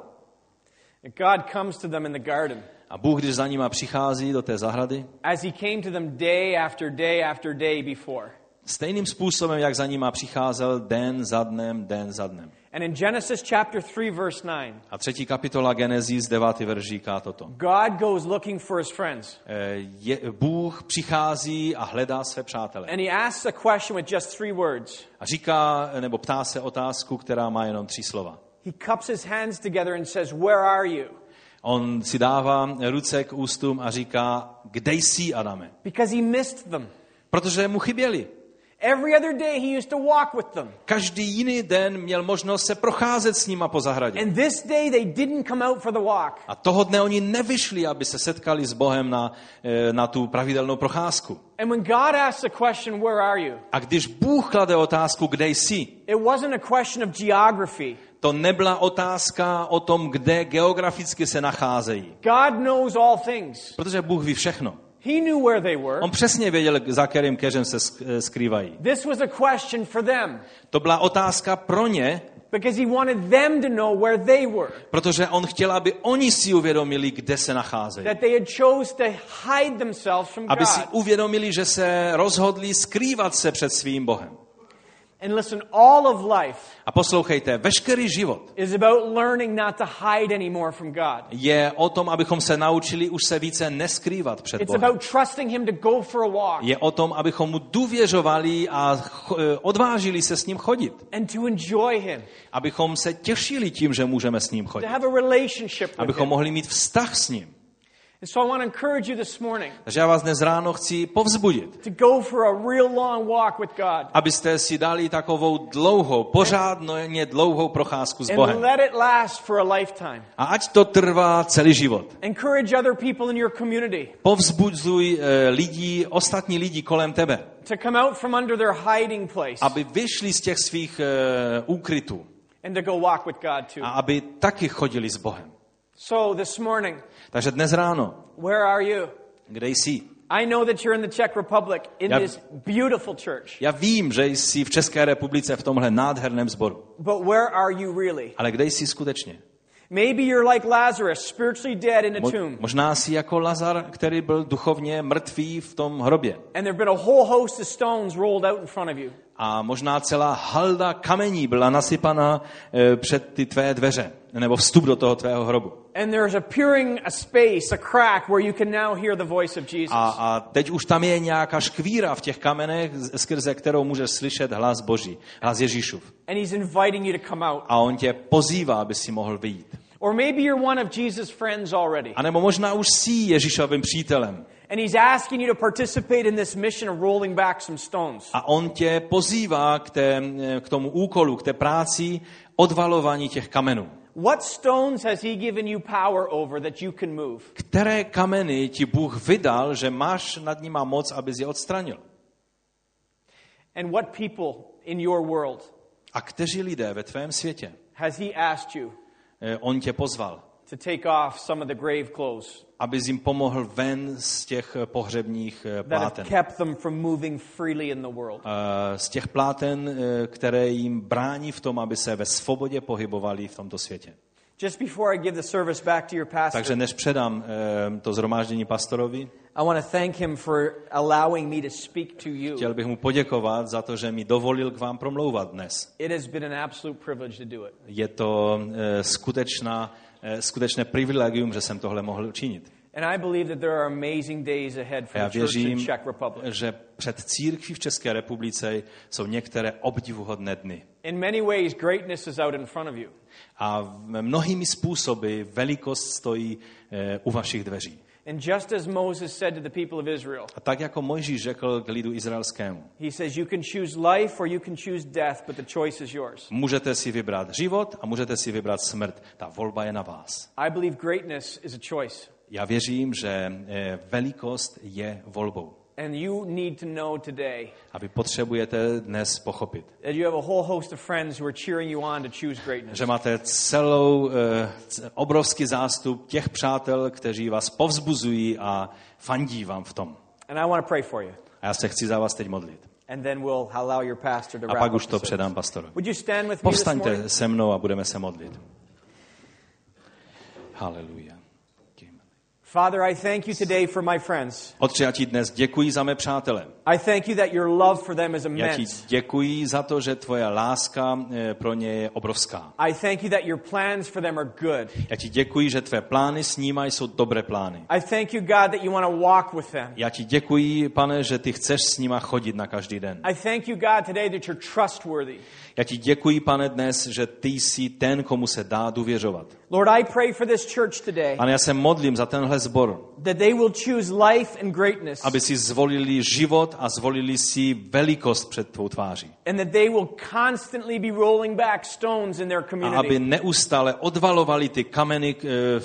God comes to them in the garden. A Bůh, když za nima přichází do té zahrady, As he came to them day after day after day before. stejným způsobem, jak za nima přicházel den za dnem. And in Genesis chapter 3 verse 9. A 3. kapitola Genesis 9. verš říká toto. God goes looking for his friends. Bůh přichází a hledá své přátele. And he asks a question with just 3 words. A říká, nebo ptá se otázku, která má jenom 3 slova. He cups his hands together and says, "Where are you?" On si dává ruce k ústům a říká, kde jsi, Adame? Because he missed them. Protože mu chyběli. Every other day he used to walk with them. Každý jiný den měl možnost se procházet s nima po zahradě. And this day they didn't come out for the walk. A toho dne oni nevyšli, aby se setkali s Bohem na tu pravidelnou procházku. And when God asks a question, "Where are you?" A když Bůh klade otázku, kde jsi, It wasn't a question of geography. to nebyla otázka o tom, kde geograficky se nacházejí. God knows all things. Protože Bůh ví všechno. He knew where they were. On přesně věděl, za kterým keřem se skrývají. This was a question for them. To byla otázka pro ně, Because he wanted them to know where they were. protože on chtěl, aby oni si uvědomili, kde se nacházejí. That they had chose to hide themselves from Aby si God. uvědomili, že se rozhodli skrývat se před svým Bohem. And listen, all of life A poslouchejte, veškerý život is about learning not to hide anymore from God. je o tom, abychom se naučili už se více neskrývat před It's Bohem. about trusting him to go for a walk Je o tom, abychom mu důvěřovali a odvážili se s ním chodit. and to enjoy him, Abychom se těšili tím, že můžeme s ním to chodit. have a relationship with Abychom him. mohli mít vztah s ním. And so I want to encourage you this morning Takže já vás dnes ráno chci povzbudit, to go for a real long walk with God abyste si dali takovou dlouhou, pořádně dlouhou procházku s and Bohem. let it last for a lifetime. A ať to trvá celý život. Encourage other people in your community Povzbuzuj ostatní lidi kolem tebe, to come out from under their hiding place aby vyšli z těch svých úkrytů and to go walk with God too. a aby taky chodili s Bohem. So this morning, Takže dnes ráno, where are you? kde jsi? I know that you're in the Czech Republic in Yep. this beautiful church. Já vím, že jsi v České republice v tomhle nádherném sboru. But where are you really? Ale kde jsi skutečně? Maybe you're like Lazarus, spiritually dead in a tomb. Možná jsi jako Lazar, který byl duchovně mrtvý v tom hrobě. And there've been a whole host of stones rolled out in front of you. A možná celá halda kamení byla nasypaná před ty tvé dveře, nebo vstup do toho tvého hrobu. And there's appearing a space, a crack where you can now hear the voice of Jesus. A teď už tam je nějaká škvíra v těch kamenech, skrze kterou můžeš slyšet hlas Boží, hlas Ježíšův. And he's inviting you to come out. A on tě pozývá, aby si mohl vyjít. Or maybe you're one of Jesus' friends already. A nebo možná už jsi Ježíšovým přítelem. And he's asking you to participate in this mission of rolling back some stones. A on tě pozývá k tomu úkolu, k té práci odvalování těch kamenů. What stones has he given you power over that you can move? Které kameny ti Bůh vydal, že máš nad nima moc, abys je odstranil? And what people in your world A kteří lidé ve tvém světě has he asked you on tě pozval, to take off some of the grave clothes abys jim pomohl ven z těch pohřebních that have pláten. kept them from moving freely in the world? Z těch pláten, které jim brání v tom, aby se ve svobodě pohybovali v tomto světě. Just before I give the service back to your Takže pastor, než předám to shromáždění pastorovi, I want to thank him for allowing me to speak to you. chtěl bych mu poděkovat za to, že mi dovolil k vám promlouvat dnes. It has been an absolute privilege to do it. Je to skutečné privilegium, že jsem tohle mohl učinit. And I believe that there are amazing days ahead for Já the church in věřím, Czech Republic. že před církví v České republice jsou některé obdivuhodné dny. In many ways, greatness is out in front of you. A mnohými způsoby velikost stojí u vašich dveří. And just as Moses said to the people of Israel, A tak jako Mojžíš řekl k lidu izraelskému, he says, you can choose life or you can choose death, but the choice is yours. můžete si vybrat život a můžete si vybrat smrt. Ta volba je na vás. I believe greatness is a choice. Já věřím, že velikost je volbou. And you need to know today A vy potřebujete dnes pochopit, that you have a whole host of friends who are cheering you on to choose greatness. že máte obrovský zástup těch přátel, kteří vás povzbuzují a fandí vám v tom. And I want to pray for you. A já se chci za vás teď modlit. And then we'll allow your pastor to A wrap pak up už the to service. předám pastorovi. Would you stand with me this morning? Povstaňte se mnou a budeme se modlit. Haleluja. Father, I thank you today for my friends. Otče, já ti dnes děkuji za mé přátele. I thank you that your love for them is Já ti immense. děkuji za to, že tvoje láska pro ně je obrovská. I thank you that your plans for them are good. Já ti děkuji, že tvé plány s nimi jsou dobré plány. I thank you, God, that you want to walk with them. Já ti děkuji, pane, že ty chceš s nima chodit na každý den. I thank you, God, today that you're trustworthy. Já ti děkuji, pane, dnes, že ty jsi ten, komu se dá důvěřovat. Lord, I pray for this church today Pane, já se modlím za tenhle sbor, that they will choose life and greatness, aby si zvolili život a zvolili si velikost před tvou tváří. and that they will constantly be rolling back stones in their A aby community. neustále odvalovali ty kameny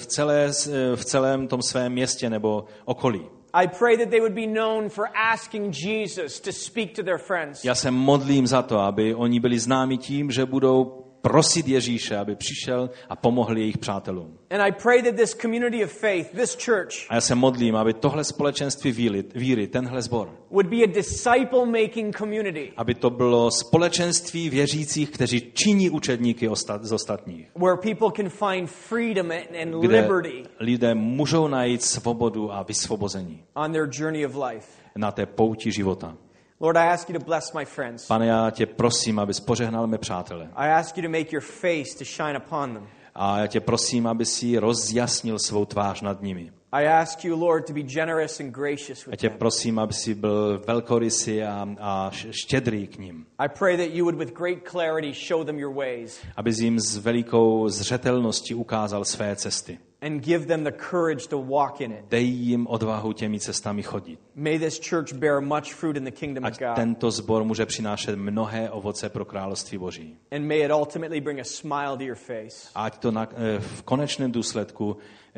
v celém tom svém městě nebo okolí. I pray that they would be known for asking Jesus to speak to their friends. Já se modlím za to, aby oni byli známi tím, že budou prosit Ježíše, aby přišel a pomohl jejich přátelům. And I pray that this community of faith, this church, A já se modlím, aby tohle společenství víry, tenhle sbor, would be a disciple-making community aby to bylo společenství věřících, kteří činí učedníky z ostatních, where people can find freedom and kde liberty lidé můžou najít svobodu a vysvobození on their journey of life. na té pouti života. Lord, I ask you to bless my friends. Pane, já tě prosím, abys požehnal mé přátele. I ask you to make your face to shine upon them. A já tě prosím, aby si rozjasnil svou tvář nad nimi. I ask you, Lord, to be generous and gracious Já with tě them. prosím, aby si byl velkorysý a štědrý k ním. I pray that you would with great clarity show them your ways Aby jim s velikou zřetelností ukázal své cesty. and give them the courage to walk in it. Dej jim odvahu těmi cestami chodit. May this church bear much fruit in the kingdom of Ať God. tento sbor může přinášet mnohé ovoce pro království Boží. And may it ultimately bring a smile to your face. A ať to v konečném důsledku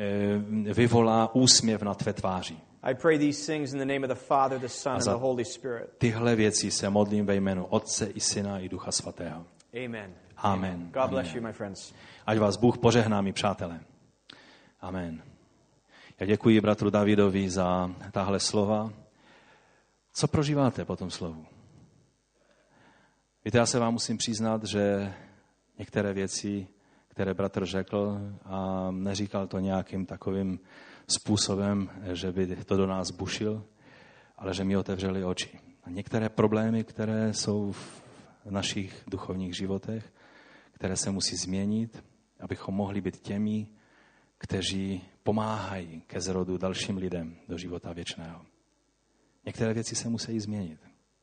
vyvolá úsměv na tvé tváři. I pray these things in the name of the Father, the Son, and za- the Holy Spirit. Tyhle věci se modlím ve jménu Otce i Syna i Ducha Svatého. Amen. Amen. God bless Amen. you, my friends. Ať vás Bůh požehná, mí přátelé. Amen. Já děkuji bratru Davidovi za tahle slova. Co prožíváte po tom slovu? Víte, já se vám musím přiznat, že některé věci, které bratr řekl, a neříkal to nějakým takovým způsobem, že by to do nás bušil, ale že mi otevřeli oči. A některé problémy, které jsou v našich duchovních životech, které se musí změnit, abychom mohli být těmi, kteří pomáhají ke zrodu dalším lidem do života věčného. Některé věci se musí změnit.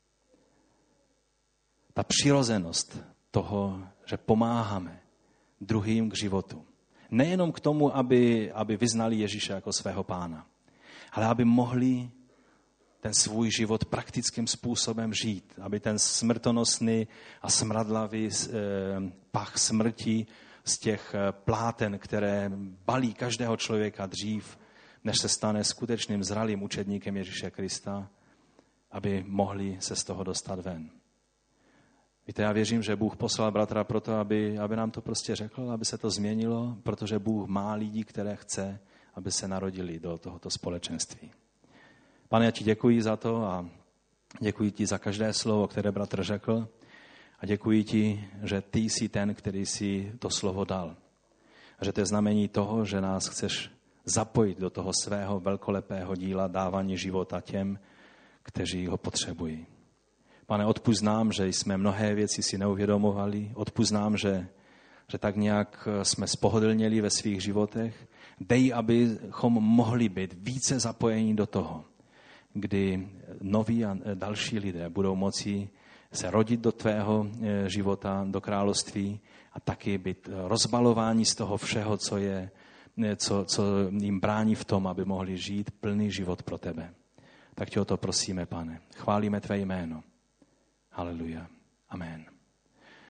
Ta přirozenost toho, že pomáháme druhým k životu. Nejenom k tomu, aby vyznali Ježíše jako svého pána, ale aby mohli ten svůj život praktickým způsobem žít. Aby ten smrtonosný a smradlavý pach smrti z těch pláten, které balí každého člověka dřív, než se stane skutečným zralým učedníkem Ježíše Krista, aby mohli se z toho dostat ven. Víte, já věřím, že Bůh poslal bratra proto, aby nám to prostě řekl, aby se to změnilo, protože Bůh má lidi, které chce, aby se narodili do tohoto společenství. Pane, já ti děkuji za to a děkuji ti za každé slovo, které bratr řekl a děkuji ti, že ty jsi ten, který si to slovo dal. A že to je znamení toho, že nás chceš zapojit do toho svého velkolepého díla dávání života těm, kteří ho potřebují. Pane, odpusť nám, že jsme mnohé věci si neuvědomovali, odpusť nám, že tak nějak jsme spohodlněli ve svých životech. Dej, abychom mohli být více zapojeni do toho, kdy noví a další lidé budou moci se rodit do tvého života, do království a taky být rozbalováni z toho všeho, co je co jim brání v tom, aby mohli žít plný život pro tebe. Tak tě o to prosíme, Pane. Chválíme tvé jméno. Haleluja.